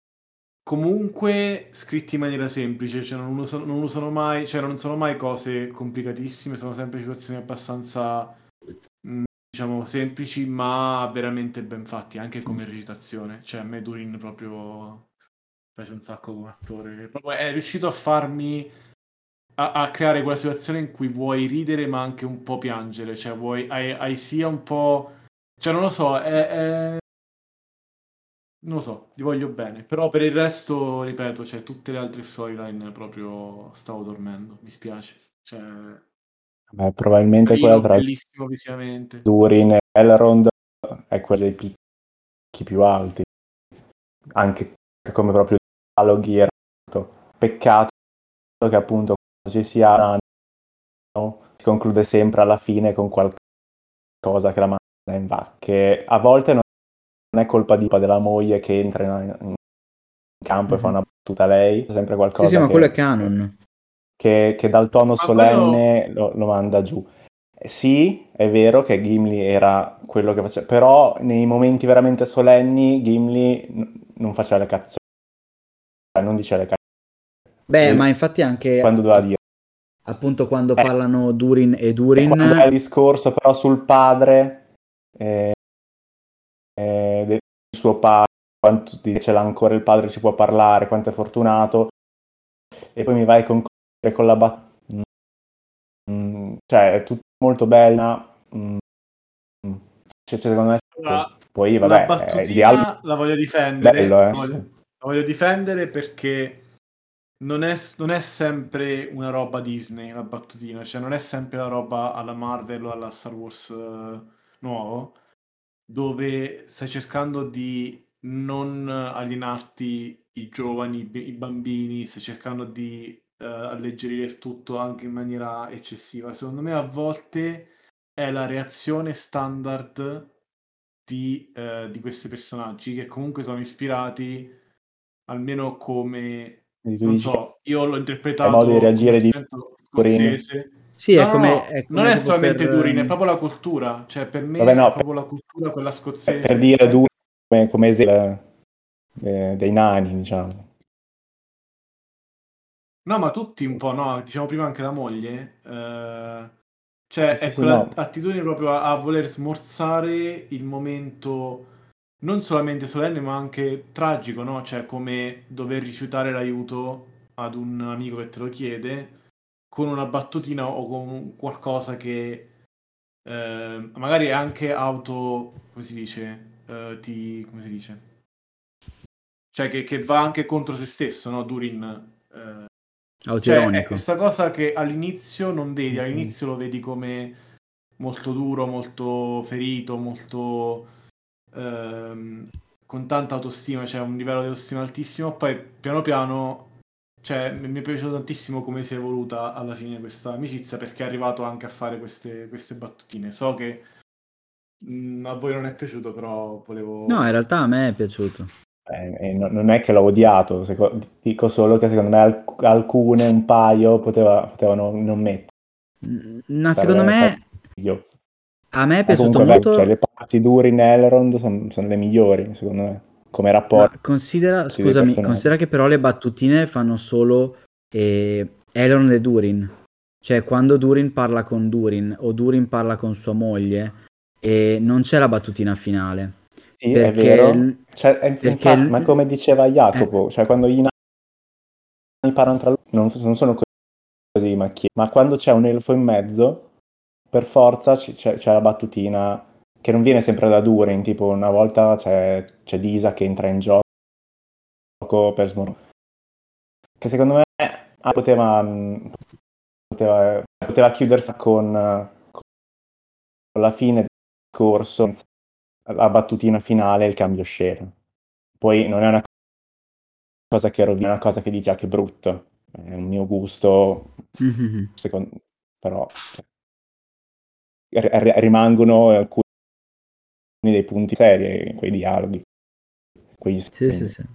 comunque scritti in maniera semplice, cioè non usano, non usano mai, cioè non sono mai cose complicatissime, sono sempre situazioni abbastanza, mh, diciamo, semplici, ma veramente ben fatti, anche come recitazione. Cioè a me Durin proprio piace un sacco come attore, proprio è riuscito a farmi, a, a creare quella situazione in cui vuoi ridere ma anche un po' piangere, cioè vuoi, hai, hai sia un po', cioè non lo so, è... è non lo so, gli voglio bene, però per il resto, ripeto, cioè tutte le altre storyline proprio stavo dormendo, mi spiace. Cioè, Beh, probabilmente quella carino, tra bellissimo visivamente. Durin e Elrond è quella dei picchi più alti, anche come proprio dialoghi era tutto. Peccato che appunto quando ci sia Nano, si conclude sempre alla fine con qualcosa che la manda in va, che a volte non è colpa di, della moglie che entra in, in campo Mhm. e fa una battuta lei, è sempre qualcosa Sì, sì, ma che, quello è canon. che, che dal tono Ma quello, solenne lo, lo manda giù. Eh, Sì, è vero che Gimli era quello che faceva, però nei momenti veramente solenni Gimli n- non faceva le cazzate, non diceva le cazzate. Beh, ma E infatti anche quando doveva a- dire. appunto quando Eh, parlano Durin e e quando è Durin, il discorso però sul padre, eh, eh, del suo padre, quanto ce l'ha ancora il padre, ci può parlare, quanto è fortunato, e poi mi vai a concludere con la battuta. Cioè, è tutto molto bella. mm, cioè, secondo me, la, poi la vabbè, eh, il dialogo battutina la voglio è difendere, bello, la eh, voglio, sì. la voglio difendere perché non è, non è sempre una roba Disney, la battutina, cioè non è sempre la roba alla Marvel o alla Star Wars eh, nuovo, dove stai cercando di non alienarti i giovani, i bi- i bambini, stai cercando di eh, alleggerire il tutto anche in maniera eccessiva. Secondo me a volte è la reazione standard di, eh, di questi personaggi che comunque sono ispirati almeno come, Quindi tu non dici che so, io l'ho è modo di interpretato con reagire di l'accento Turin. scozzese. sì, No, è no, come, no, è non come è tipo per... solamente Durin, è ehm, proprio la cultura. Cioè, per Vabbè, me è no, per, proprio la cultura, quella per scozzese, dire cioè, due come, come esempio eh, dei nani, diciamo. no, ma tutti un po', no? Diciamo prima anche la moglie. eh, Sì, Cioè, sì, è sì, no. quella attitudine proprio a, a voler smorzare il momento non solamente solenne, ma anche tragico, no? Cioè, come dover rifiutare l'aiuto ad un amico che te lo chiede con una battutina o con qualcosa che eh, magari è anche auto, come si dice? Eh, ti, come si dice? Cioè, che, che va anche contro se stesso, no? Durin. eh, Cioè, è autoironico. questa cosa che all'inizio non vedi, Ok. all'inizio lo vedi come molto duro, molto ferito, molto ehm, con tanta autostima, cioè un livello di autostima altissimo, poi piano piano, cioè mi mi è piaciuto tantissimo come si è evoluta alla fine questa amicizia perché è arrivato anche a fare queste, queste battutine. So che mh, a voi non è piaciuto, però No, in volevo... realtà a me è piaciuto. Eh, e no- non è che l'ho odiato, seco- dico solo che secondo me alc- alcune, un paio, poteva- potevano non mettere. No, secondo me, Io. a me è Eh, piaciuto comunque, molto. cioè, le parti dure in Elrond sono, sono le migliori, secondo me, come Ma rapporti considera, dei scusami, personaggi. considera che però le battutine fanno solo eh, Elrond e Durin. Cioè, quando Durin parla con Durin o Durin parla con sua moglie, e non c'è la battutina finale. Sì, è Perché, vero. l- Cioè, è- perché infatti, ma l- come diceva eh, Jacopo, cioè quando i nani parlano tra loro non, non sono così macchie, ma quando c'è un elfo in mezzo, per forza c- c'è, c'è la battutina che non viene sempre da Durin, tipo una volta c'è, c'è Disa che entra in gioco per smor- che secondo me ah, poteva, mh, poteva, poteva chiudersi con, eh, con la fine del discorso, la battutina finale e il cambio scena. Poi non è una cosa che rovina, è una cosa che dice ah, che brutto, è un mio gusto, mhm. secondo, però cioè, r- r- rimangono alcuni dei punti seri in quei dialoghi, quegli Sì, sì, quindi. sì.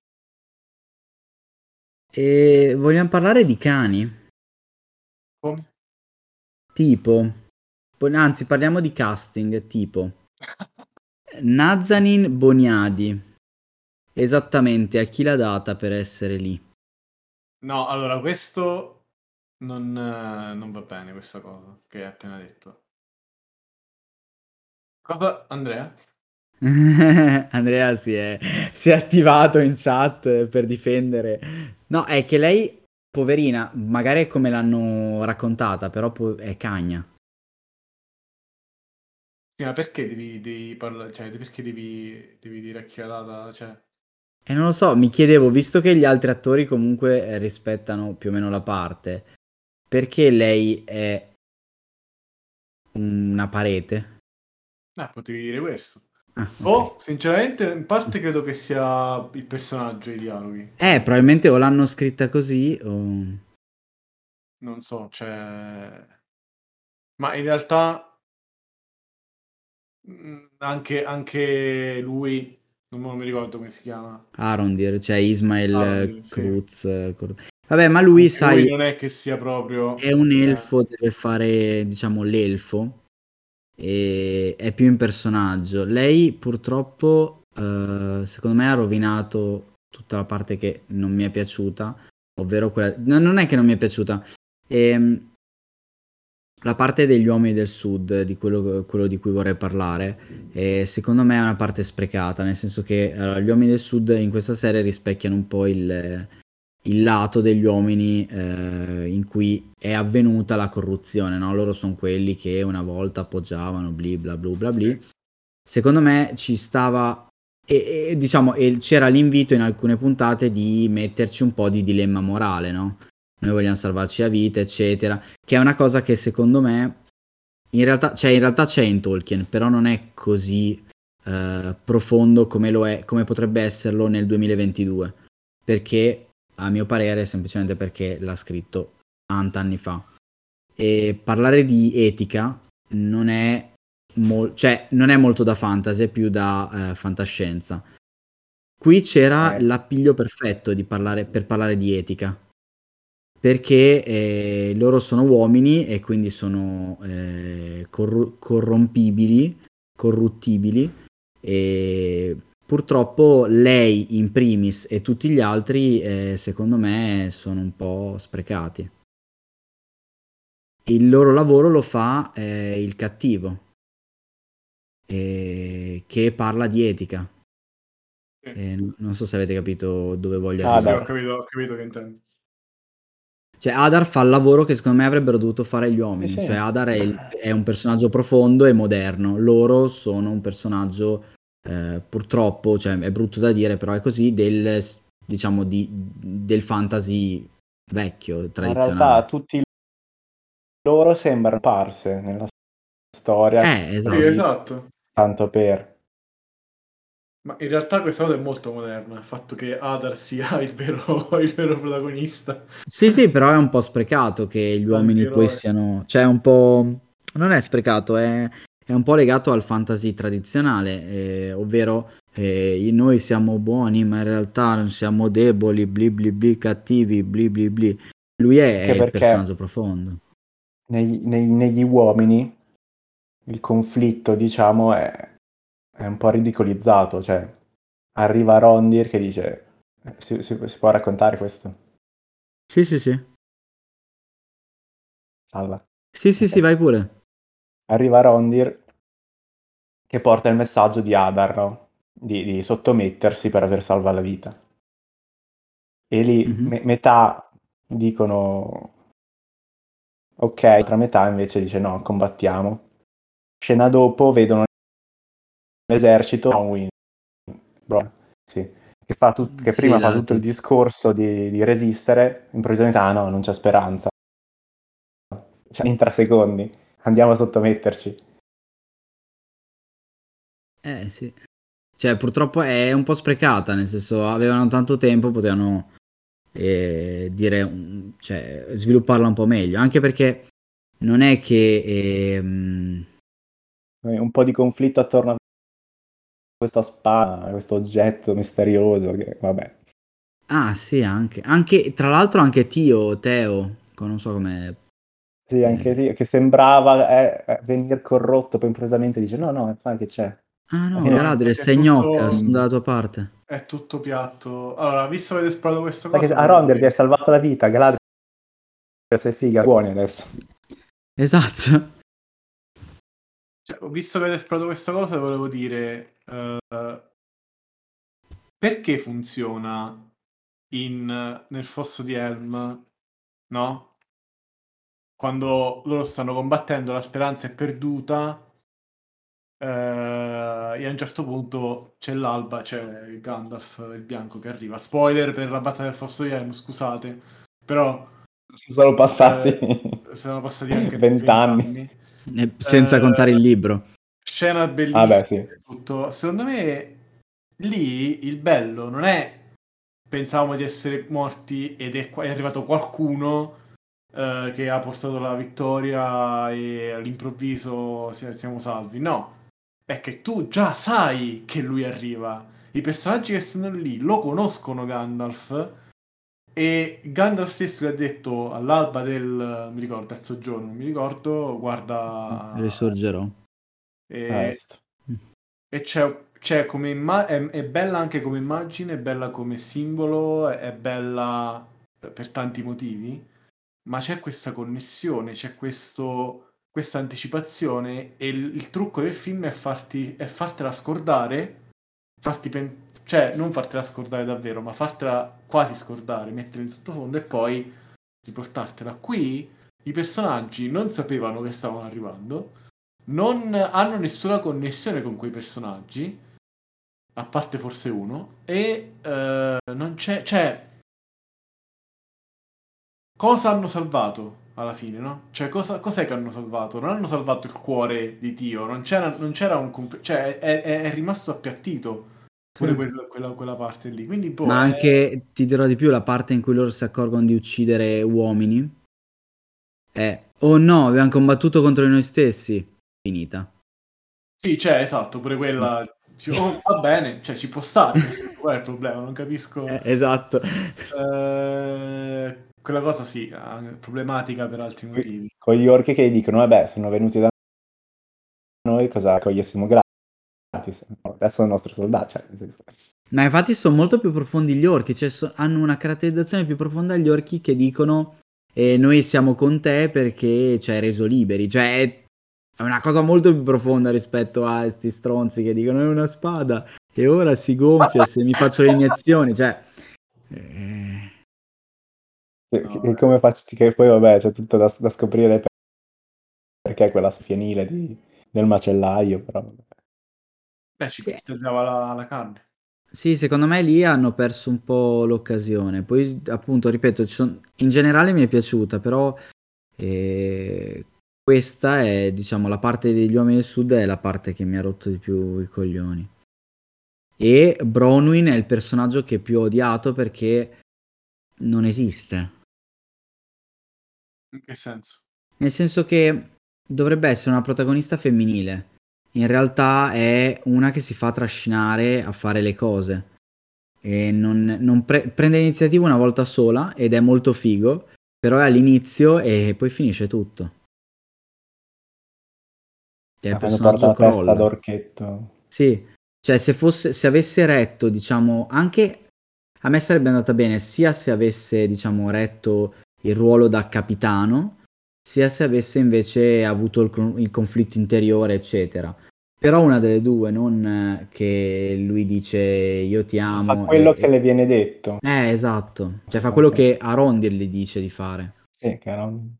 E vogliamo parlare di cani? Come? Tipo, po- anzi, parliamo di casting, tipo Nazanin Boniadi. Esattamente, a chi l'ha data per essere lì? No, allora, questo non, eh, non va bene, questa cosa che hai appena detto. Cosa, Andrea? Andrea si è, si è attivato in chat per difendere. No, è che lei, poverina, magari è come l'hanno raccontata, però po- è cagna. Sì, ma perché devi, devi parlare, cioè, perché devi, devi dire a chi l'ha data, cioè... E non lo so, mi chiedevo, visto che gli altri attori comunque eh, rispettano più o meno la parte, perché lei è una parete? Ah, potevi dire questo. Ah, ok. O, sinceramente, in parte credo che sia il personaggio i dialoghi. Eh, probabilmente o l'hanno scritta così o... Non so, cioè... Ma in realtà mh, anche, anche lui, non mi ricordo come si chiama. Arondir, cioè Ismail eh, Arondir, sì. Cruz. eh, Cor- Vabbè, ma lui, Anche lui sai, non è che sia proprio... è un eh, elfo, deve fare, diciamo, l'elfo e è più in personaggio. Lei purtroppo, eh, secondo me, ha rovinato tutta la parte che non mi è piaciuta, ovvero quella... no, non è che non mi è piaciuta, ehm, la parte degli uomini del sud, di quello, quello di cui vorrei parlare, eh, secondo me è una parte sprecata, nel senso che allora, gli uomini del sud in questa serie rispecchiano un po' il, il lato degli uomini eh, in cui è avvenuta la corruzione, no? Loro sono quelli che una volta appoggiavano bli bla bla bla bli. Secondo me ci stava e, e, diciamo e c'era l'invito in alcune puntate di metterci un po' di dilemma morale, no? Noi vogliamo salvarci la vita, eccetera, che è una cosa che secondo me in realtà, cioè in realtà c'è in Tolkien, però non è così eh, profondo come lo è, come potrebbe esserlo nel duemilaventidue, perché a mio parere semplicemente perché l'ha scritto anni fa. E parlare di etica non è, mol- cioè, non è molto da fantasy, è più da eh, fantascienza. Qui c'era Eh, l'appiglio perfetto di parlare, per parlare di etica, perché eh, loro sono uomini e quindi sono eh, corru- corrompibili, corruttibili e purtroppo lei in primis e tutti gli altri eh, secondo me sono un po' sprecati. Il loro lavoro lo fa eh, il cattivo, eh, che parla di etica. sì, Eh, n- non so se avete capito dove voglio sì, sì, ho arrivare. Adar. capito, ho capito che intendi. Cioè, Adar fa il lavoro che secondo me avrebbero dovuto fare gli Sì, uomini. sì. Cioè, Adar è, il- è un personaggio profondo e moderno. Loro sono un personaggio, eh, purtroppo, cioè, è brutto da dire, però è così, del, diciamo, di, del fantasy vecchio, Ma in realtà tradizionale. tutti loro sembrano parse nella storia, Eh, Sì, esatto. così, esatto. tanto per. Ma in realtà questa cosa è molto moderna, il fatto che Adar sia il vero, il vero protagonista, Sì, sì, però è un po' sprecato che gli uomini poi l'antieroe. siano... Cioè, è un po'... Non è sprecato, è, è un po' legato al fantasy tradizionale, eh, ovvero eh, noi siamo buoni, ma in realtà siamo deboli, bli bli bli, cattivi, bli bli bli. Lui è, è Anche il perché personaggio profondo. nei- nei- negli uomini il conflitto, diciamo, è, è un po' ridicolizzato, cioè arriva Rondir che dice, eh, si, si- si può raccontare questo? Sì, sì, sì. Salva. Sì, sì, Ok. sì, vai pure. Arriva Rondir che porta il messaggio di Adar, no? Di, di sottomettersi per aver salvato la vita. E lì Mhm. me- metà dicono ok, l'altra metà invece dice no, combattiamo. Scena dopo vedono l'esercito, Bronwyn, Bron- sì, che, fa tut- che Sì, prima fa la tutto il tizia. discorso di, di resistere, improvvisamente ah no, non c'è speranza. Cioè, in tre secondi andiamo a sottometterci. Eh, sì. Cioè, purtroppo è un po' sprecata, nel senso, avevano tanto tempo, potevano eh, dire, mm, cioè, svilupparla un po' meglio, anche perché non è che... ehm, Eh, Un po' di conflitto attorno a questa spada, questo oggetto misterioso che, vabbè. Ah, sì, anche. Anche, tra l'altro anche Tio, Teo, co- non so come... Sì, anche lì, che sembrava eh, eh, venire corrotto, poi improvvisamente dice no, no, fa che c'è. Ah Alla no, fine, No, Galadriel, infatti è sei gnocca, tutto, sono mm, dalla tua parte. è tutto piatto. Allora, visto che avete esplorato questa sai che cosa, a volevo Ronder gli hai dire... salvato la vita, Galadriel sei figa, buoni adesso. Esatto. Cioè, ho visto che avete esplorato questa cosa, volevo dire... eh, perché funziona in, nel fosso di Helm, no? Quando loro stanno combattendo, la speranza è perduta, eh, e a un certo punto c'è l'alba, c'è Gandalf il bianco che arriva. Spoiler per la battaglia del fosso di Helm, scusate, però Sono passati eh, sono passati anche vent'anni. vent'anni. E senza contare il Eh, libro. scena Ah beh, bellissima sì. e tutto. Secondo me lì il bello non è pensavamo di essere morti ed è, qua- è arrivato qualcuno eh, che ha portato la vittoria e all'improvviso si- siamo salvi. No, è che tu già sai che lui arriva. I personaggi che stanno lì lo conoscono Gandalf e Gandalf stesso gli ha detto all'alba del, mi ricordo, terzo giorno, non mi ricordo, guarda, Risorgerò. A e, est. e c'è, c'è come imma- è, è bella anche come immagine, è bella come simbolo, è, è bella per per tanti motivi, ma c'è questa connessione, c'è questo, questa anticipazione e il, il trucco del film è, farti, è fartela scordare, farti pen- cioè non fartela scordare davvero, ma fartela quasi scordare, metterla in sottofondo e poi riportartela. Qui i personaggi non sapevano che stavano arrivando, non hanno nessuna connessione con quei personaggi, a parte forse uno, e eh, non c'è, cioè, cosa hanno salvato alla fine, no? Cioè, cosa, cos'è che hanno salvato? Non hanno salvato il cuore di Dio, non c'era, non c'era un... conf- cioè, è, è- è rimasto appiattito pure Sì. quel- quella, quella parte lì. Quindi, boh, Ma è... anche, ti dirò di più, la parte in cui loro si accorgono di uccidere uomini è, oh no, abbiamo combattuto contro di noi stessi. Finita. Sì, cioè, esatto, pure quella... dici, oh, va bene, cioè, ci può stare, nel senso, qual è il problema? Non capisco... Eh, esatto. Eh, quella cosa sì, è problematica per altri motivi. Con gli orchi che dicono, vabbè, sono venuti da noi, cosa cogliessimo gratis? No, adesso sono i nostri soldati, cioè, nel senso... Ma infatti sono molto più profondi gli orchi, cioè so- hanno una caratterizzazione più profonda gli orchi che dicono eh, noi siamo con te perché ci hai reso liberi, cioè è è una cosa molto più profonda rispetto a questi stronzi che dicono è una spada e ora si gonfia se mi faccio le iniezioni, cioè... eh, Che, No, che- eh. come faccio, che poi vabbè, c'è tutto da, da scoprire per- perché quella fienile di- del macellaio, però vabbè. Beh, ci sì, tagliava la, la carne. sì, secondo me lì hanno perso un po' l'occasione. Poi, appunto, ripeto, ci son- in generale mi è piaciuta, però eh, questa è, diciamo, la parte degli uomini del sud è la parte che mi ha rotto di più i coglioni. E Bronwyn è il personaggio che più ho odiato perché non esiste. In che senso? Nel senso che dovrebbe essere una protagonista femminile. In realtà è una che si fa trascinare a fare le cose. E non, non pre- prende l'iniziativa una volta sola ed è molto figo, però è all'inizio e poi finisce tutto. che è il Quando porta personaggio la testa Kroll. d'orchetto. Sì, cioè se fosse, se avesse retto, diciamo, anche a me sarebbe andata bene sia se avesse, diciamo, retto il ruolo da capitano, sia se avesse invece avuto il, con- il conflitto interiore, eccetera. Però una delle due, non eh, che lui dice io ti Fa amo quello e... che e- le viene detto. Eh, esatto, cioè fa quello Sostanzialmente. che Arondir gli dice di fare. Sì, che era un-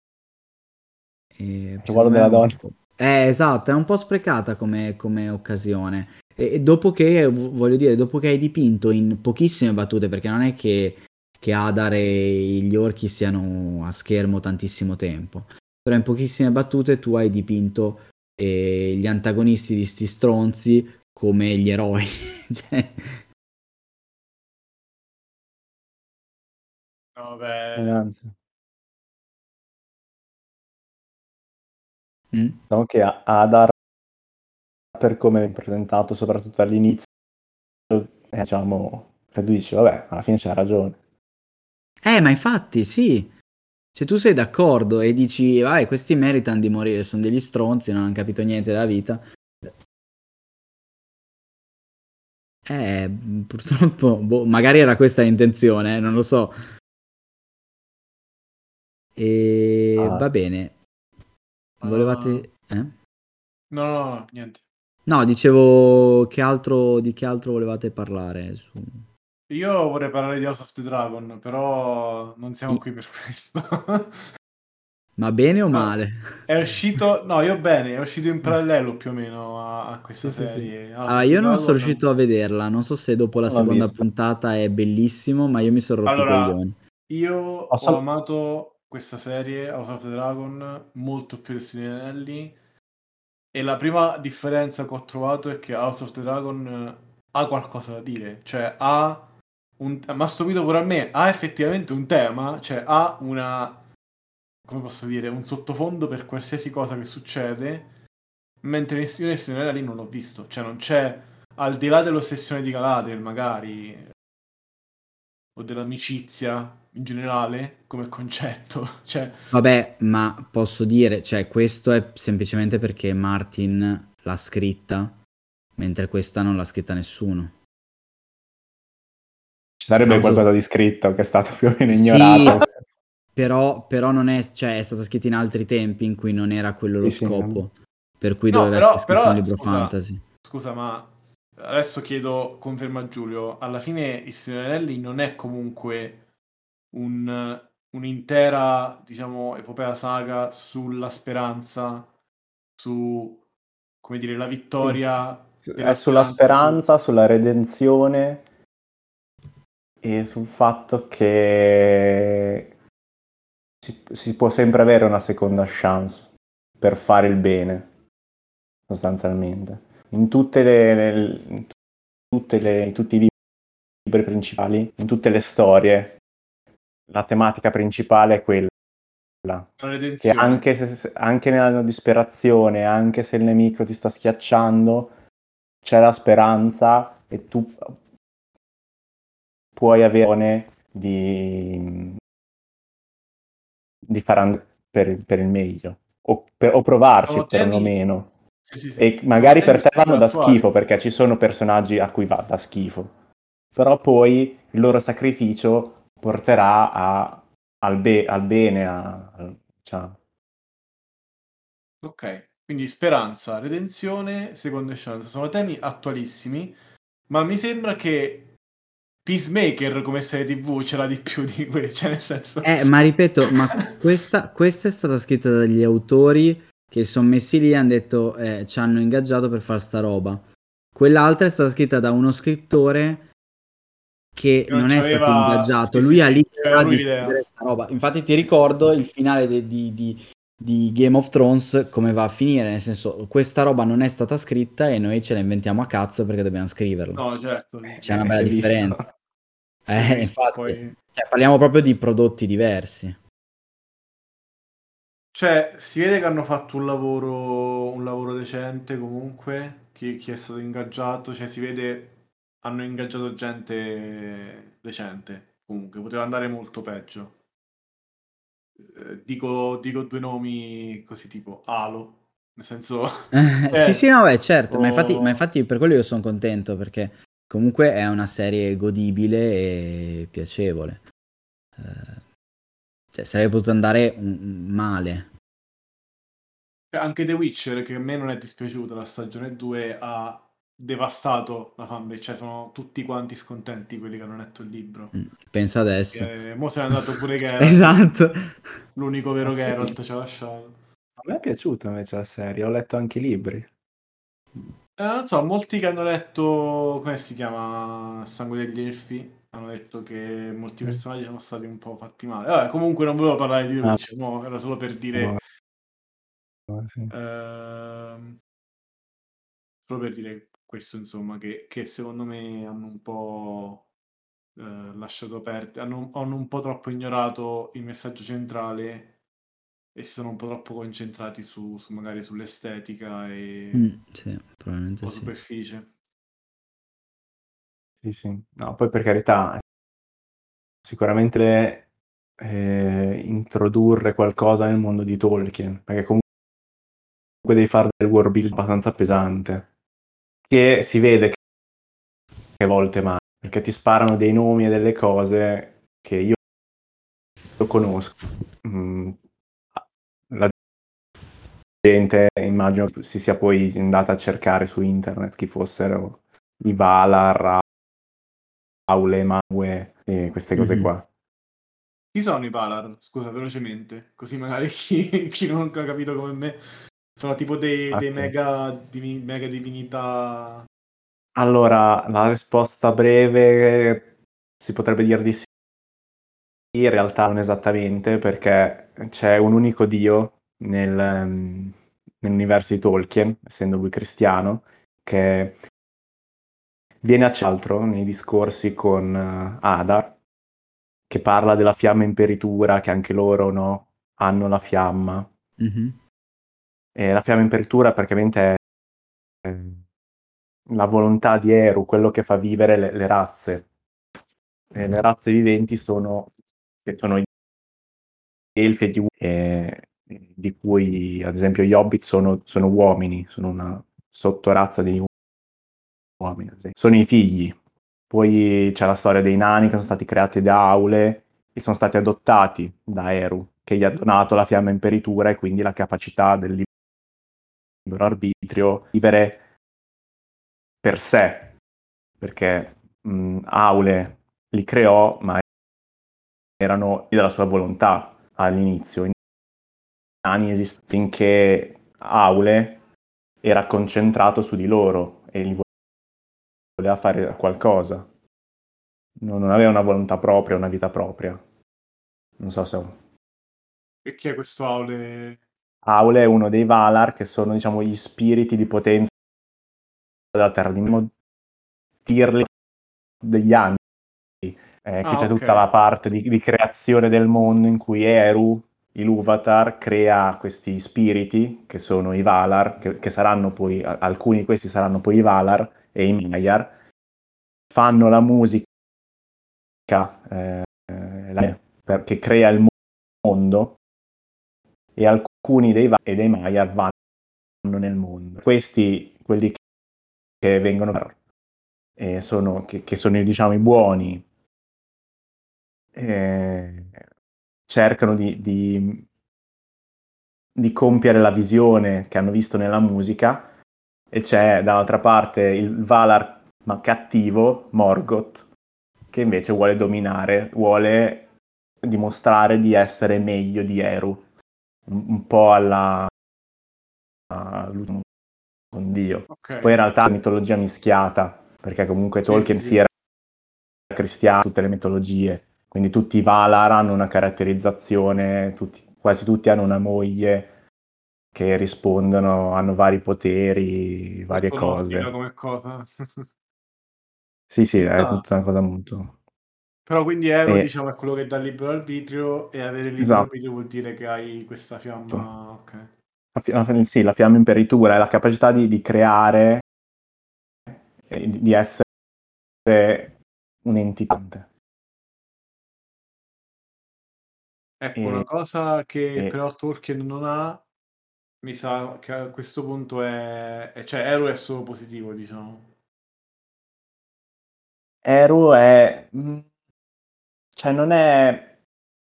E il ruolo secondo me è della un donna. po'... Eh, esatto, è un po' sprecata come, come occasione. E, e dopo che, v- voglio dire, dopo che hai dipinto in pochissime battute, perché non è che, che Adar e gli orchi siano a schermo tantissimo tempo, però in pochissime battute tu hai dipinto eh, gli antagonisti di sti stronzi come gli eroi. Cioè, No, Eh, beh, Anzi, mm? diciamo che a- Adar, per come è presentato, soprattutto all'inizio, eh, diciamo, che tu dici, vabbè, alla fine c'ha ragione. Eh, ma infatti, sì. Se tu sei d'accordo e dici, vai, questi meritano di morire, sono degli stronzi, non hanno capito niente della vita. Eh, purtroppo, boh, magari era questa l'intenzione, eh, non lo so. E Ah, va bene. uh, Volevate... Eh? no, no, no, niente. No, dicevo che altro, di che altro volevate parlare su... Io vorrei parlare di House of the Dragon, però non siamo i- qui per questo. Ma bene o No, male? è uscito, no, io bene, è uscito in parallelo più o meno a, a questa sì, sì, sì. serie. House Allora, of the io non sono Dragon. riuscito a vederla, non so se dopo la Non l'ho seconda visto. puntata è bellissimo, ma io mi sono rotto i Allora, coglioni. io Ho ho sol- amato questa serie, House of the Dragon, molto più del Signore degli Anelli. E la prima differenza che ho trovato è che House of the Dragon eh, ha qualcosa da dire, cioè ha un... ma ha stupito pure a me, ha effettivamente un tema, cioè ha una, come posso dire, un sottofondo per qualsiasi cosa che succede, mentre nel Signore degli Anelli non l'ho visto, cioè non c'è, al di là dell'ossessione di Galadriel magari, o dell'amicizia in generale, come concetto, cioè... Vabbè, ma posso dire, cioè, questo è semplicemente perché Martin l'ha scritta, mentre questa non l'ha scritta nessuno. Ci sarebbe House of- qualcosa di scritto che è stato più o meno Sì, ignorato. però, però non è, cioè, è stata scritta in altri tempi in cui non era quello lo Sì, sì. ehm, scopo, per cui No, doveva essere però, scritto un però libro scusa, fantasy. scusa, ma adesso chiedo conferma a Giulio. Alla fine il Signore degli Anelli non è comunque un- un'intera, diciamo, epopea saga sulla speranza, su, come dire, la sì. vittoria È della sulla speranza su... speranza, sulla redenzione e sul fatto che si, si può sempre avere una seconda chance per fare il bene, sostanzialmente. In tutte le, le- in tutte le- in tutti i libri principali, in tutte le storie, la tematica principale è quella. la Che redenzione. anche, se, anche nella disperazione, anche se il nemico ti sta schiacciando, c'è la speranza e tu puoi avere di, di far andare per, per il meglio o, per- o provarci Sono temi... perlomeno. Sì, sì, sì. E Sono magari per temi te vanno super da attuali. schifo perché ci sono personaggi a cui va da schifo, però poi il loro sacrificio porterà a- al, be- al bene, a, al- diciamo. Ok, quindi speranza, redenzione, seconde chance. Sono temi attualissimi, ma mi sembra che Peacemaker come serie T V ce l'ha di più di questo, cioè nel senso... Eh, ma ripeto, ma questa, questa è stata scritta dagli autori che sono messi lì e hanno detto, eh, ci hanno ingaggiato per fare sta roba. Quell'altra è stata scritta da uno scrittore che non non è stato c'aveva... ingaggiato, Sì, sì, lui ha sì, c'aveva l'idea lui di l'idea. scrivere sta roba. Infatti ti Sì, sì, sì. ricordo il finale de- di, di- di Game of Thrones come va a finire, nel senso questa roba non è stata scritta e noi ce la inventiamo a cazzo perché dobbiamo scriverla. No, certo, sì. C'è una Eh, bella si è differenza. visto. Si è Eh, visto infatti, poi... cioè, parliamo proprio di prodotti diversi. Cioè, si vede che hanno fatto un lavoro, un lavoro decente comunque, chi, chi è stato ingaggiato, cioè si vede, hanno ingaggiato gente decente, comunque, poteva andare molto peggio. Eh, dico, dico due nomi così tipo Halo, nel senso... Sì, sì, no, beh, certo, ma infatti, ma o- infatti per quello io sono contento, perché comunque è una serie godibile e piacevole. Eh, cioè, sarebbe potuto andare mm, male. Anche The Witcher, che a me non è dispiaciuta, la stagione due ha devastato la fanbase, cioè sono tutti quanti scontenti quelli che hanno letto il libro. Mm, Pensa adesso. E mo se n'è andato pure Geralt, Esatto. l'unico Ah, vero sì? Geralt ci ha lasciato. A me è piaciuta invece la serie, ho letto anche i libri. Eh, non so, molti che hanno letto, come si chiama, Sangue degli Elfi, hanno detto che molti Mm. personaggi sono stati un po' fatti male. Vabbè, comunque non volevo parlare di The Ah, Witcher, no, era solo per dire... no, no, sì. ehm, solo per dire questo, insomma, che, che secondo me hanno un po' eh, lasciato perdere, hanno, hanno un po' troppo ignorato il messaggio centrale e si sono un po' troppo concentrati su, su magari sull'estetica e Mm, un sì, po' probabilmente sì. superficie. Sì, sì. No, poi per carità, sicuramente eh, introdurre qualcosa nel mondo di Tolkien, perché comunque devi fare del world build abbastanza pesante, che si vede che che a volte mai, perché ti sparano dei nomi e delle cose che io conosco. Mm, la gente, immagino, si sia poi andata a cercare su internet chi fossero i Valar, Aule, Manwë e queste cose Mhm. qua. Chi sono i Valar? Scusa, velocemente, così magari chi, chi non ha capito come me. Sono tipo dei, dei Ok. mega, divi- mega divinità. Allora, la risposta breve si potrebbe dire di sì, in realtà non esattamente, perché c'è un unico dio nel, ehm, nell'universo di Tolkien, essendo lui cristiano, che viene accettato nei discorsi con eh, Adar, che parla della fiamma imperitura, che anche loro, no, hanno la fiamma. Mhm. E la fiamma imperitura praticamente è eh, la volontà di Eru, quello che fa vivere le, le razze. E le razze viventi sono, che sono gli elfi e gli uomini, e- di cui ad esempio gli hobbit sono, sono uomini, sono una sottorazza degli uomini. Ad esempio. Sono i figli. Poi c'è la storia dei nani che sono stati creati da Aule e sono stati adottati da Eru, che gli ha donato la fiamma imperitura e quindi la capacità del libero arbitrio di vivere per sé, perché mh, Aule li creò, ma erano della sua volontà all'inizio. I nani esistono finché Aule era concentrato su di loro e li voleva fare qualcosa. Non non aveva una volontà propria, una vita propria. Non so se... E chi è questo Aule? Aule è uno dei Valar, che sono, diciamo, gli spiriti di potenza della Terra, di dirli degli anni. Eh, qui Ah, c'è ok. tutta la parte di, di creazione del mondo in cui Eru, Ilúvatar, crea questi spiriti, che sono i Valar, che, che saranno poi, alcuni di questi saranno poi i Valar e i Maiar, fanno la musica eh, la- per- che crea il mondo, e alcuni dei Valar e dei Maiar vanno nel mondo. Questi, quelli che vengono, eh, sono, che, che sono diciamo i buoni, eh, cercano di, di, di compiere la visione che hanno visto nella musica, e c'è dall'altra parte il Valar ma cattivo, Morgoth, che invece vuole dominare, vuole dimostrare di essere meglio di Eru, un, un po' alla, alla con Dio. Ok. Poi in realtà è una mitologia mischiata, perché comunque Sì, sì, Tolkien si sì. era cristiano, tutte le mitologie, quindi tutti i Valar hanno una caratterizzazione, tutti, quasi tutti hanno una moglie che rispondono, hanno vari poteri, varie Molto nordica cose. come cosa. Sì, sì, Ci è sta. tutta una cosa molto... Però quindi Ero, E, diciamo, è quello che dà il libero arbitrio e avere il libero esatto. arbitrio vuol dire che hai questa fiamma... Ok. La, fi- la- sì, la fiamma imperitura è la capacità di, di creare, e di, di essere un'entità. Ecco, una E, cosa che e però Tolkien non ha mi sa che a questo punto è, è cioè Eru è solo positivo, diciamo. Eru è... mm, cioè non è...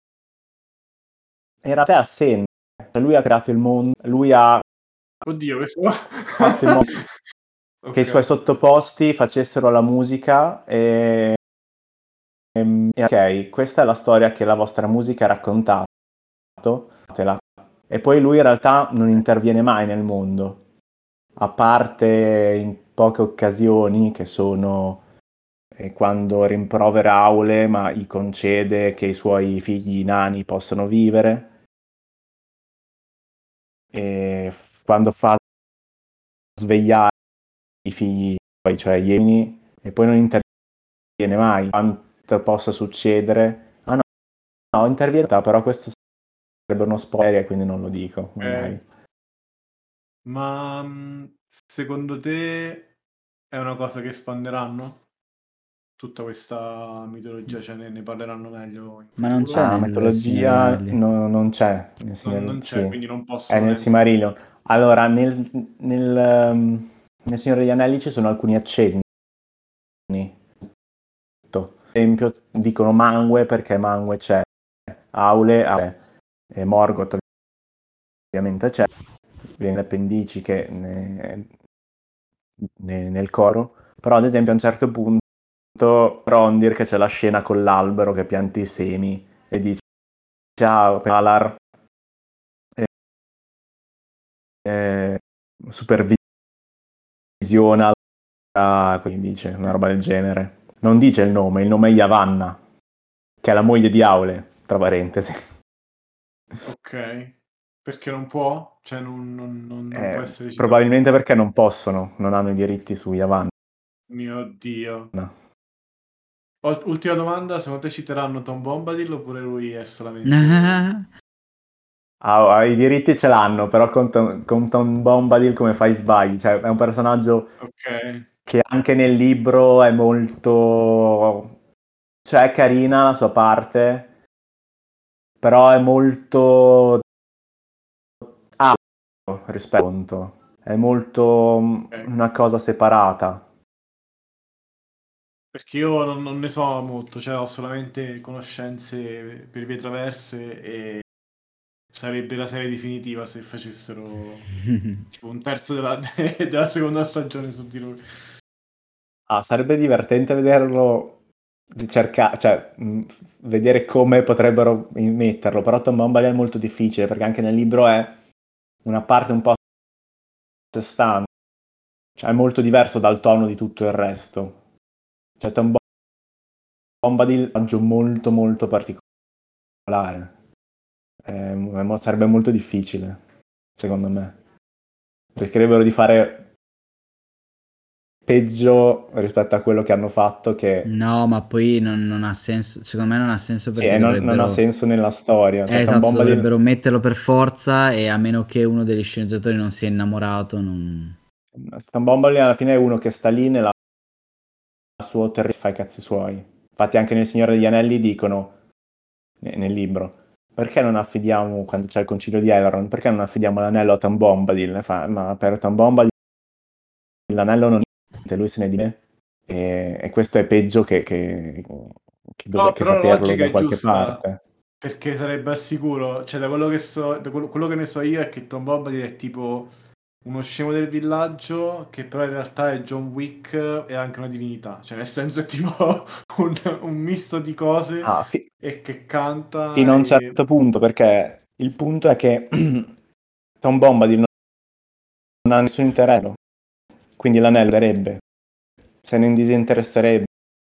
in realtà è assente. Cioè, lui ha creato il mondo, lui ha Oddio, questo fatto in modo che i suoi ok. sottoposti facessero la musica e... e- ok, questa è la storia che la vostra musica ha raccontato, fatela. E poi lui in realtà non interviene mai nel mondo, a parte in poche occasioni che sono eh, quando rimprovera Aule ma gli concede che i suoi figli nani possono vivere, e f- quando fa svegliare i figli, poi, cioè gli Emini, e poi non interviene mai. Quanto possa succedere? Ah no, no, interviene, però questo sarebbe uno spoiler, quindi non lo dico, magari. Ok. Ma mh, secondo te è una cosa che espanderanno? Tutta questa mitologia, cioè ne, ne parleranno meglio in Ma non futuro? c'è Ah, la nel Signore degli metodologia Anelli. no- non c'è, nel Non, Signore, non c'è, sì, quindi non è possono nel rendere. Silmarillion. Allora, nel, nel, ehm, nel Signore degli Anelli ci sono alcuni accenni. Per esempio, dicono Manwë perché Manwë c'è, Aule, Aule, e Morgoth ovviamente c'è, viene appendici che ne- ne- nel coro, però ad esempio a un certo punto Rondir che c'è la scena con l'albero che pianta i semi e dice ciao Valar, e, e supervisiona la- quindi dice una roba del genere, non dice il nome, il nome è Yavanna che è la moglie di Aule, tra parentesi. Ok, perché non può? Cioè non, non- non- non può Eh, essere citato il probabilmente nome. perché non possono, non hanno i diritti su Yavanna. Mio Dio. Ult- Ultima domanda, secondo te citeranno Tom Bombadil oppure lui è solamente... Ah, i diritti ce l'hanno, però con, Tom- con Tom Bombadil come fai sbagli? Cioè, è un personaggio Ok, che anche nel libro è molto... cioè è carina la sua parte, però è molto altro rispetto al conto. È molto mm, ok. una cosa separata. Perché io non, non ne so molto, cioè ho solamente conoscenze per vie traverse e sarebbe la serie definitiva se facessero tipo un terzo della, della seconda stagione su di lui. Ah, sarebbe divertente vederlo, cercare, cioè, mh, vedere come potrebbero metterlo, però Tom Bombadil è molto difficile perché anche nel libro è una parte un po' a sé stante, cioè è molto diverso dal tono di tutto il resto. Cioè Tom Bombadil è un personaggio molto molto particolare. Eh, mo- sarebbe molto difficile, secondo me. Rischierebbero di fare peggio rispetto a quello che hanno fatto che No, ma poi non, non ha senso, secondo me non ha senso sì, perché e non, non ha dovrebbero... senso nella storia. Eh, Cioè Tom esatto, Bombadil dovrebbero metterlo per forza e a meno che uno degli sceneggiatori non sia innamorato, non... Tom Bombadil alla fine è uno che sta lì nella suo territorio e fa i cazzi suoi. Infatti anche nel Signore degli Anelli dicono, ne- nel libro, perché non affidiamo, quando c'è il concilio di Elrond, perché non affidiamo l'anello a Tom Bombadil? E fa, ma per Tom Bombadil l'anello non è niente, lui se ne di me. E, e questo è peggio che, che, che, dove- No, che però la saperlo logica da è qualche giusta, parte. perché sarebbe al sicuro, cioè da quello che so, da quello, quello che ne so io è che Tom Bombadil è tipo uno scemo del villaggio che però in realtà è John Wick e anche una divinità, cioè nel senso è tipo un, un misto di cose Ah, fi- e che canta fino a un e... certo punto, perché il punto è che Tom Bombadil non ha nessun interesse, quindi l'anello darebbe, se ne disinteresserebbe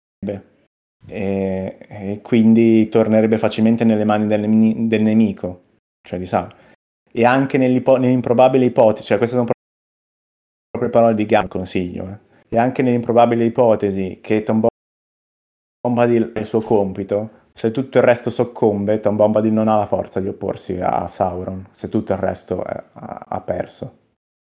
e, e quindi tornerebbe facilmente nelle mani del, nemi- del nemico, cioè di Sauron. E anche nell'ipo- nell'improbabile ipotesi, cioè queste sono proprio parole di Gam, consiglio, eh. E anche nell'improbabile ipotesi che Tom Bombadil è il suo compito, se tutto il resto soccombe, Tom Bombadil non ha la forza di opporsi a Sauron, se tutto il resto è- ha, ha perso.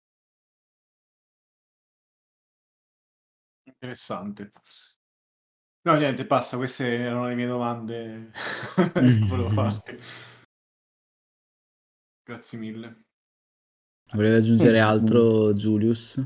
Interessante. No, niente, basta, queste erano le mie domande che volevo farti. Grazie mille. Volevi aggiungere Mm, altro, Julius?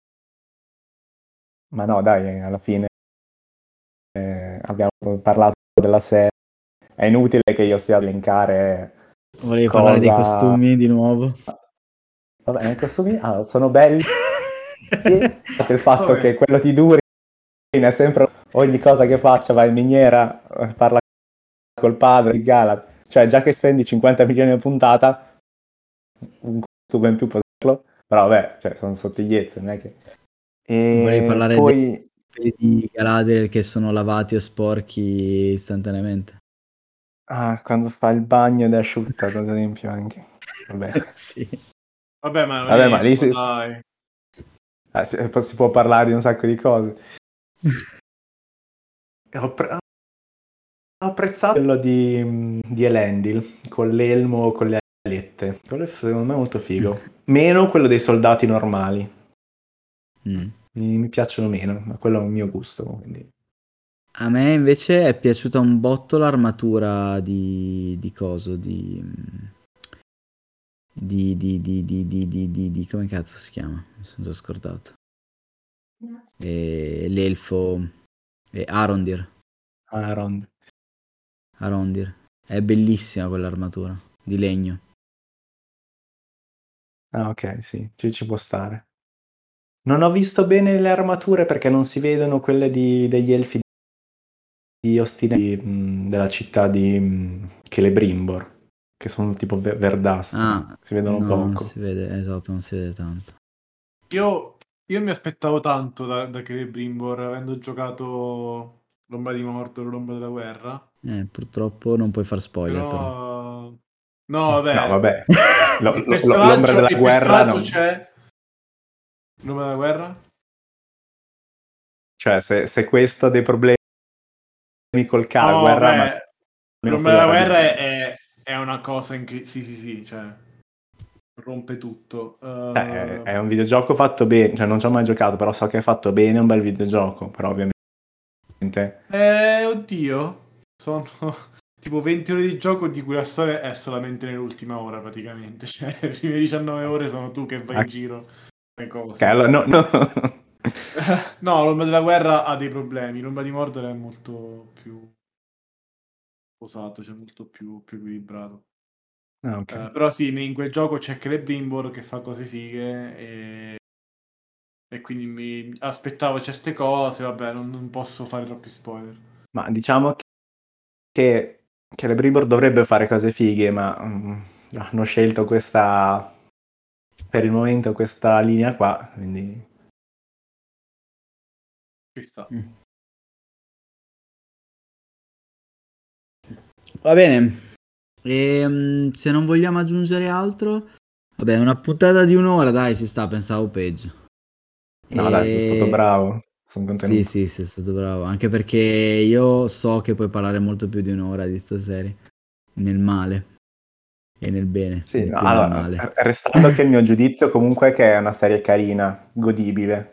Ma no, dai, alla fine eh, abbiamo parlato della serie. È inutile che io stia a elencare Volevi parlare dei cosa... costumi di nuovo? Vabbè, i costumi ah, sono belli. E il fatto Vabbè. che quello di Durin è sempre ogni cosa che faccia va in miniera, eh, parla col padre, il Galat. Cioè, già che spendi cinquanta milioni a puntata, un costume in più poterlo. Però vabbè, cioè, sono sottigliezze, non è che... Volevi E parlare dei poi... peli di Galadriel che sono lavati o sporchi istantaneamente? Ah, quando fa il bagno ed è asciutta, ad esempio, anche. Vabbè. Sì. Vabbè, ma non Vabbè, è ma lì elfo, si, dai. eh, si- si può parlare di un sacco di cose. Ho, pre- ho apprezzato quello di, di Elendil, con l'elmo, con le alette. Quello è secondo me molto figo. Meno quello dei soldati normali. Mm. Mi, mi piacciono meno, ma quello è un mio gusto, quindi... A me invece è piaciuta un botto l'armatura di, di coso, di, di, di, di, di, di, di, di, di- come cazzo si chiama? Mi sono già scordato. E l'elfo, e Arondir, Aaron. Arondir. È bellissima quell'armatura, di legno. Ah, ok, sì, ci, ci può stare. Non ho visto bene le armature perché non si vedono quelle di- degli elfi di Ostina di, mh, della città di mh, Celebrimbor, che sono tipo ver- verdastre, Ah, si vedono no, non poco. si vede, esatto, non si vede tanto. Io, io mi aspettavo tanto da, da Celebrimbor, avendo giocato l'Ombra di Mordor, l'Ombra della Guerra. Eh, purtroppo non puoi far spoiler però. Però... No, No, vabbè. vabbè, Lo- Il lo- lo- l'ombra personaggio, della il guerra personaggio non... c'è. L'Ombra della Guerra? Cioè, se, se questo ha dei problemi col ca- No, guerra, ma beh, almeno l'Ombra della quello era di Guerra meno. è, è una cosa incredibile. Sì, sì, sì, cioè, rompe tutto. Cioè, è, Uh, è un videogioco fatto bene, cioè non ci ho mai giocato, però so che è fatto bene, è un bel videogioco, però ovviamente... eh, oddio, sono tipo venti ore di gioco di cui la storia è solamente nell'ultima ora praticamente. Cioè, le prime diciannove ore sono tu che vai in giro le Ok, cose. allora no, no. No, l'Ombra della Guerra ha dei problemi. L'Ombra di Mordor è molto più posato, cioè molto più, più equilibrato. Ah, ok. Eh, però sì, in quel gioco c'è Celebrimbor che fa cose fighe e, e quindi mi aspettavo certe cose, vabbè, non, non posso fare troppi spoiler. Ma diciamo che, che Celebrimbor dovrebbe fare cose fighe, ma mm, hanno scelto questa, per il momento, questa linea qua, quindi... Ci sta. Mm. Va bene. E, se non vogliamo aggiungere altro, vabbè, una puntata di un'ora, dai, si sta, pensavo peggio. No, dai, sono stato E... bravo, sono Sì, contenuto. sì, sei stato bravo, anche perché io so che puoi parlare molto più di un'ora di sta serie, nel male e nel bene, Sì, di no, più nel allora, male. restando che il mio giudizio comunque è che è una serie carina, godibile.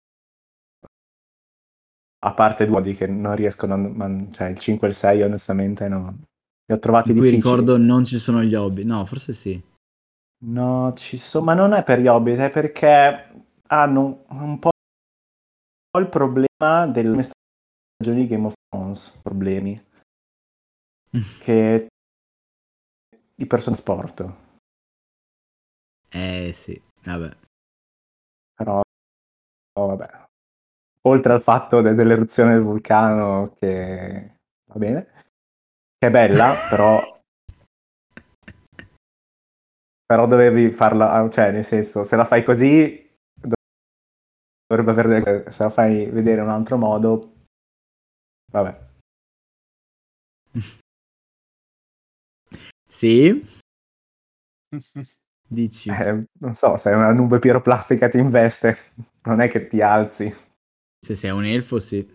A parte due che non riescono a... ma- cioè il cinque e il sei onestamente no. Li ho trovati In cui difficili. ricordo non ci sono gli hobby, no, forse sì. No, ci sono... Ma non è per gli Hobbit, è perché hanno un po' il problema delle stagioni di Game of Thrones, problemi. Che i personaggi sport. Eh sì, vabbè. Però, oh, vabbè. Oltre al fatto de- dell'eruzione del vulcano, che va bene, che è bella, però però dovevi farla, cioè nel senso, se la fai così dovrebbe avere, se la fai vedere in un altro modo, vabbè. Sì? Dici. Eh, non so, se una nube piroplastica ti investe, non è che ti alzi, Se sei un elfo, sì.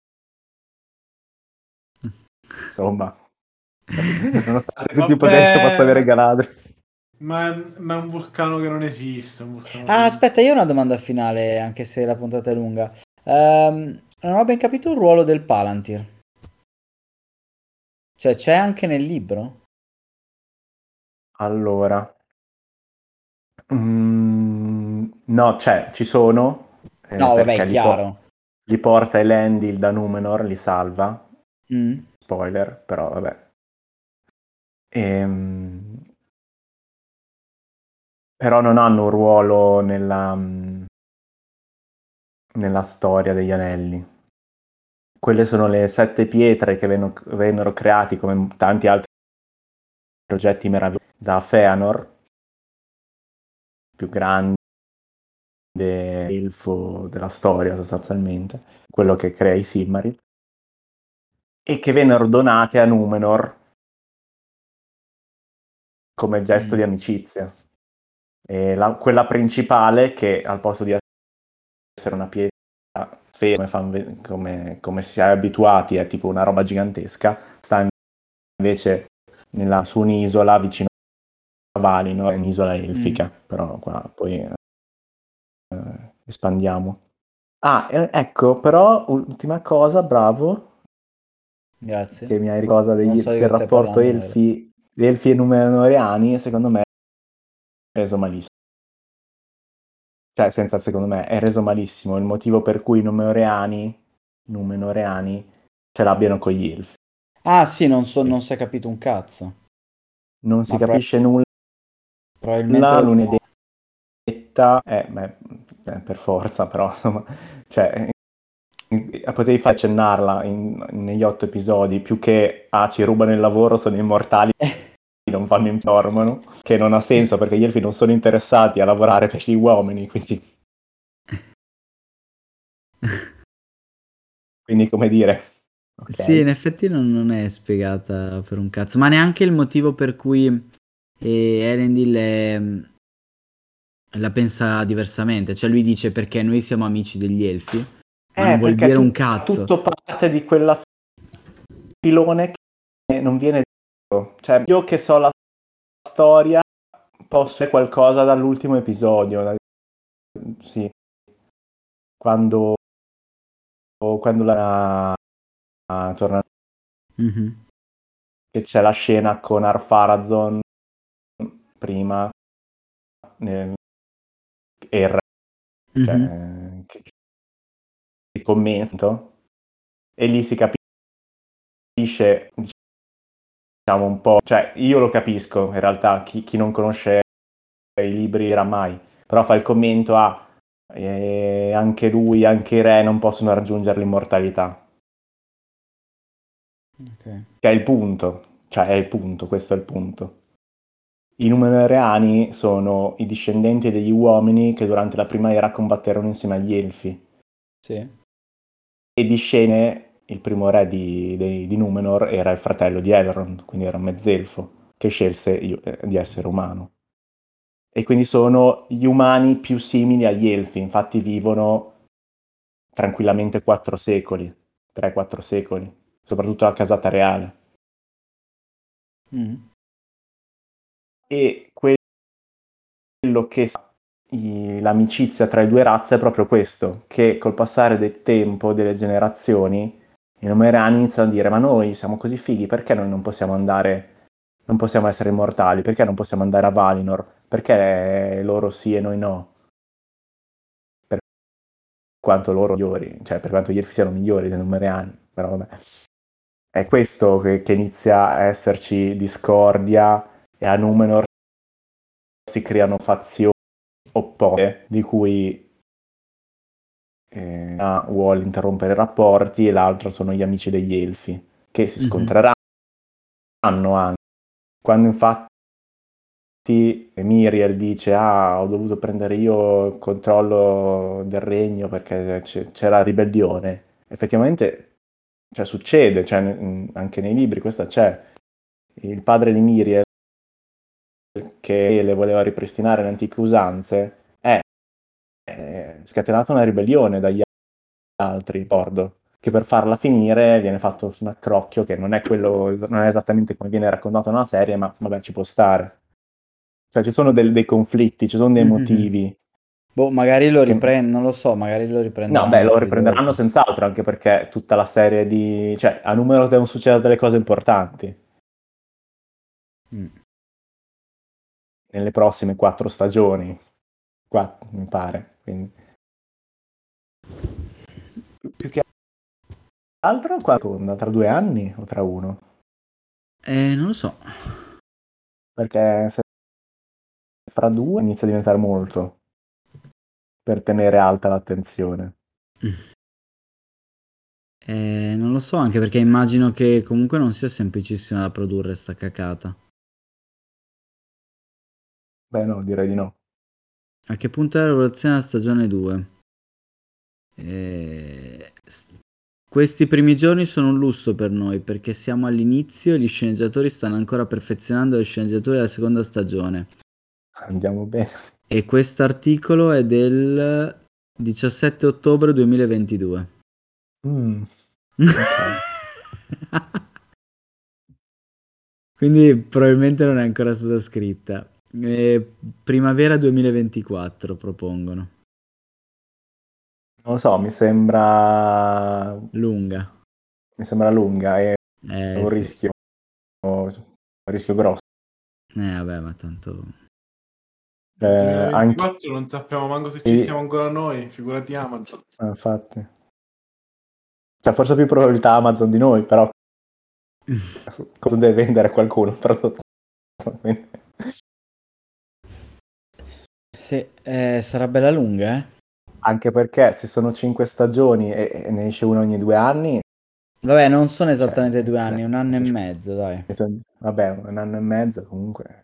insomma. Nonostante tutti i poteri che possa avere Vabbè, Galadriel. ma è, ma è un vulcano che non esiste. Un vulcano Ah, finto. aspetta, io ho una domanda finale, anche se la puntata è lunga. Ehm, non ho ben capito il ruolo del Palantir. Cioè, c'è anche nel libro? Allora, Mm, no, cioè, ci sono, eh, No, vabbè, perché è li, po- chiaro. li porta Elendil da Numenor, li salva. Mm. Spoiler, però vabbè. Ehm, però non hanno un ruolo nella, mm, nella storia degli anelli. Quelle sono le sette pietre che vennero, vennero creati come tanti altri progetti meravigliosi da Feanor, più grande elfo della storia sostanzialmente, quello che crea i Silmaril, e che vennero donate a Numenor come gesto Mm. di amicizia. E la- quella principale, che al posto di essere una pietra ferma, come, fan ve- come, come si è abituati, è tipo una roba gigantesca, sta invece nella, su un'isola vicino a Valinor, è un'isola elfica, Mm. però qua poi eh, espandiamo. Ah, eh, ecco, però ultima cosa, bravo, Grazie. che mi hai ricordato Non degli- so di che il cosa stai rapporto parlando, Nero. elfi, elfi e numenoriani, secondo me, è reso malissimo. Cioè, senza secondo me, è reso malissimo. Il motivo per cui i numenoreani, numenoreani ce l'abbiano con gli elfi. Ah, sì, non so, non si è capito un cazzo. Non si Ma pro- capisce nulla, probabilmente lo l'unidetta, eh, beh, eh, per forza, però, insomma, cioè, eh, potevi far accennarla in- negli otto episodi, più che, ah, ci rubano il lavoro, sono immortali, non fanno in dormono, che non ha senso perché gli elfi non sono interessati a lavorare per gli uomini, quindi, quindi come dire, ok. Sì, in effetti non, non è spiegata per un cazzo, ma neanche il motivo per cui eh, Elendil è- la pensa diversamente. Cioè lui dice perché noi siamo amici degli elfi, ma non Eh, vuol perché dire un tut- cazzo. tutto parte di quella filone che non viene detto. Cioè, io che so la storia, posso dire qualcosa dall'ultimo episodio. da- Sì, quando, quando la torna, Mhm. che c'è la scena con Ar-Pharazôn prima nel, e il re, cioè, Mhm. eh, che, che commento, e lì si capisce, diciamo, un po', cioè io lo capisco in realtà, chi, chi non conosce i libri era mai, però fa il commento a eh, anche lui, anche i re non possono raggiungere l'immortalità, Ok. che è il punto, cioè è il punto, questo è il punto. I Numenoreani sono i discendenti degli uomini che durante la prima era combatterono insieme agli Elfi, Sì. e di scene il primo re di, di, di Numenor era il fratello di Elrond, quindi era un mezzelfo che scelse eh, di essere umano. E quindi sono gli umani più simili agli elfi, infatti vivono tranquillamente quattro secoli, tre quattro secoli, soprattutto la casata reale. Mm. E quello che sa i- l'amicizia tra le due razze è proprio questo, che col passare del tempo, delle generazioni, i Numerani iniziano a dire: ma noi siamo così fighi, perché noi non possiamo andare, non possiamo essere immortali, perché non possiamo andare a Valinor, perché loro sì e noi no? Per quanto loro migliori, cioè per quanto gli elfi siano migliori dei Numeriani, però vabbè. È questo che, che inizia a esserci discordia, e a Numenor si creano fazioni opposte, di cui eh, una vuole interrompere i rapporti e l'altra sono gli amici degli elfi, che si Mhm. scontreranno anche. Quando infatti Miriel dice: ah, ho dovuto prendere io il controllo del regno perché c- c'era ribellione, effettivamente, cioè, succede, cioè, n- anche nei libri questa c'è. Il padre di Miriel, che le voleva ripristinare le antiche usanze, è, è scatenata una ribellione dagli altri, ricordo, che per farla finire viene fatto un accrocchio che non è quello, non è esattamente come viene raccontato nella serie, ma vabbè, ci può stare. Cioè ci sono del- dei conflitti, ci sono dei Mhm. motivi Boh, magari lo che... riprendono, non lo so, magari lo No, beh, riprenderanno lo poi riprenderanno dopo. senz'altro, anche perché tutta la serie di... cioè, a numero devono succedere delle cose importanti. Mm. nelle prossime quattro stagioni, quattro, mi pare, quindi più che altro qua seconda, tra due anni o tra uno? Eh, non lo so. Perché se fra due inizia a diventare molto per tenere alta l'attenzione. Eh, non lo so, anche perché immagino che comunque non sia semplicissima da produrre sta cacata. Beh no, direi di no. A che punto è la lavorazione della stagione due? Eh, st- questi primi giorni sono un lusso per noi perché siamo all'inizio e gli sceneggiatori stanno ancora perfezionando le sceneggiature della seconda stagione. Andiamo bene. E questo articolo è del diciassette ottobre duemilaventidue. Mm. Quindi probabilmente non è ancora stata scritta. Eh, primavera duemilaventiquattro propongono. Non lo so, mi sembra Lunga. mi sembra lunga e Eh, è un sì. rischio un rischio grosso. Eh, vabbè, ma tanto... Eh, anche duemilaventiquattro non sappiamo manco se ci siamo ancora noi, figurati Amazon. eh, infatti. Cioè, forse ha più probabilità Amazon di noi, però cosa deve vendere qualcuno il prodotto? Quindi- Sì, eh, sarà bella lunga, eh? Anche perché se sono cinque stagioni e, e ne esce una ogni due anni, Vabbè, non sono esattamente Cioè, due anni, un anno e cioè, mezzo, dai. vabbè, un anno e mezzo comunque.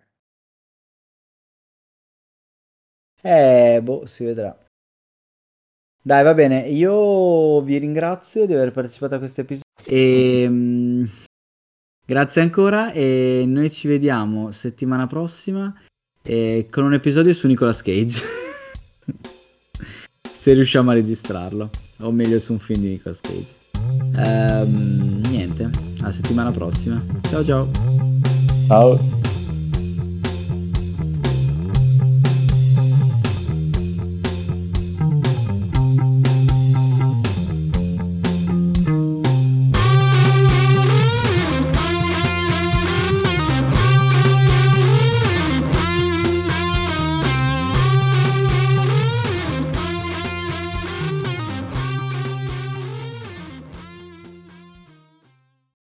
Eh, boh, si vedrà. Dai, va bene, io vi ringrazio di aver partecipato a questo episodio e mm, grazie ancora e noi ci vediamo settimana prossima eh, con un episodio su Nicolas Cage. Se riusciamo a registrarlo, o meglio su un film di Nicolas Cage. Ehm, niente, alla settimana prossima. Ciao ciao. Ciao.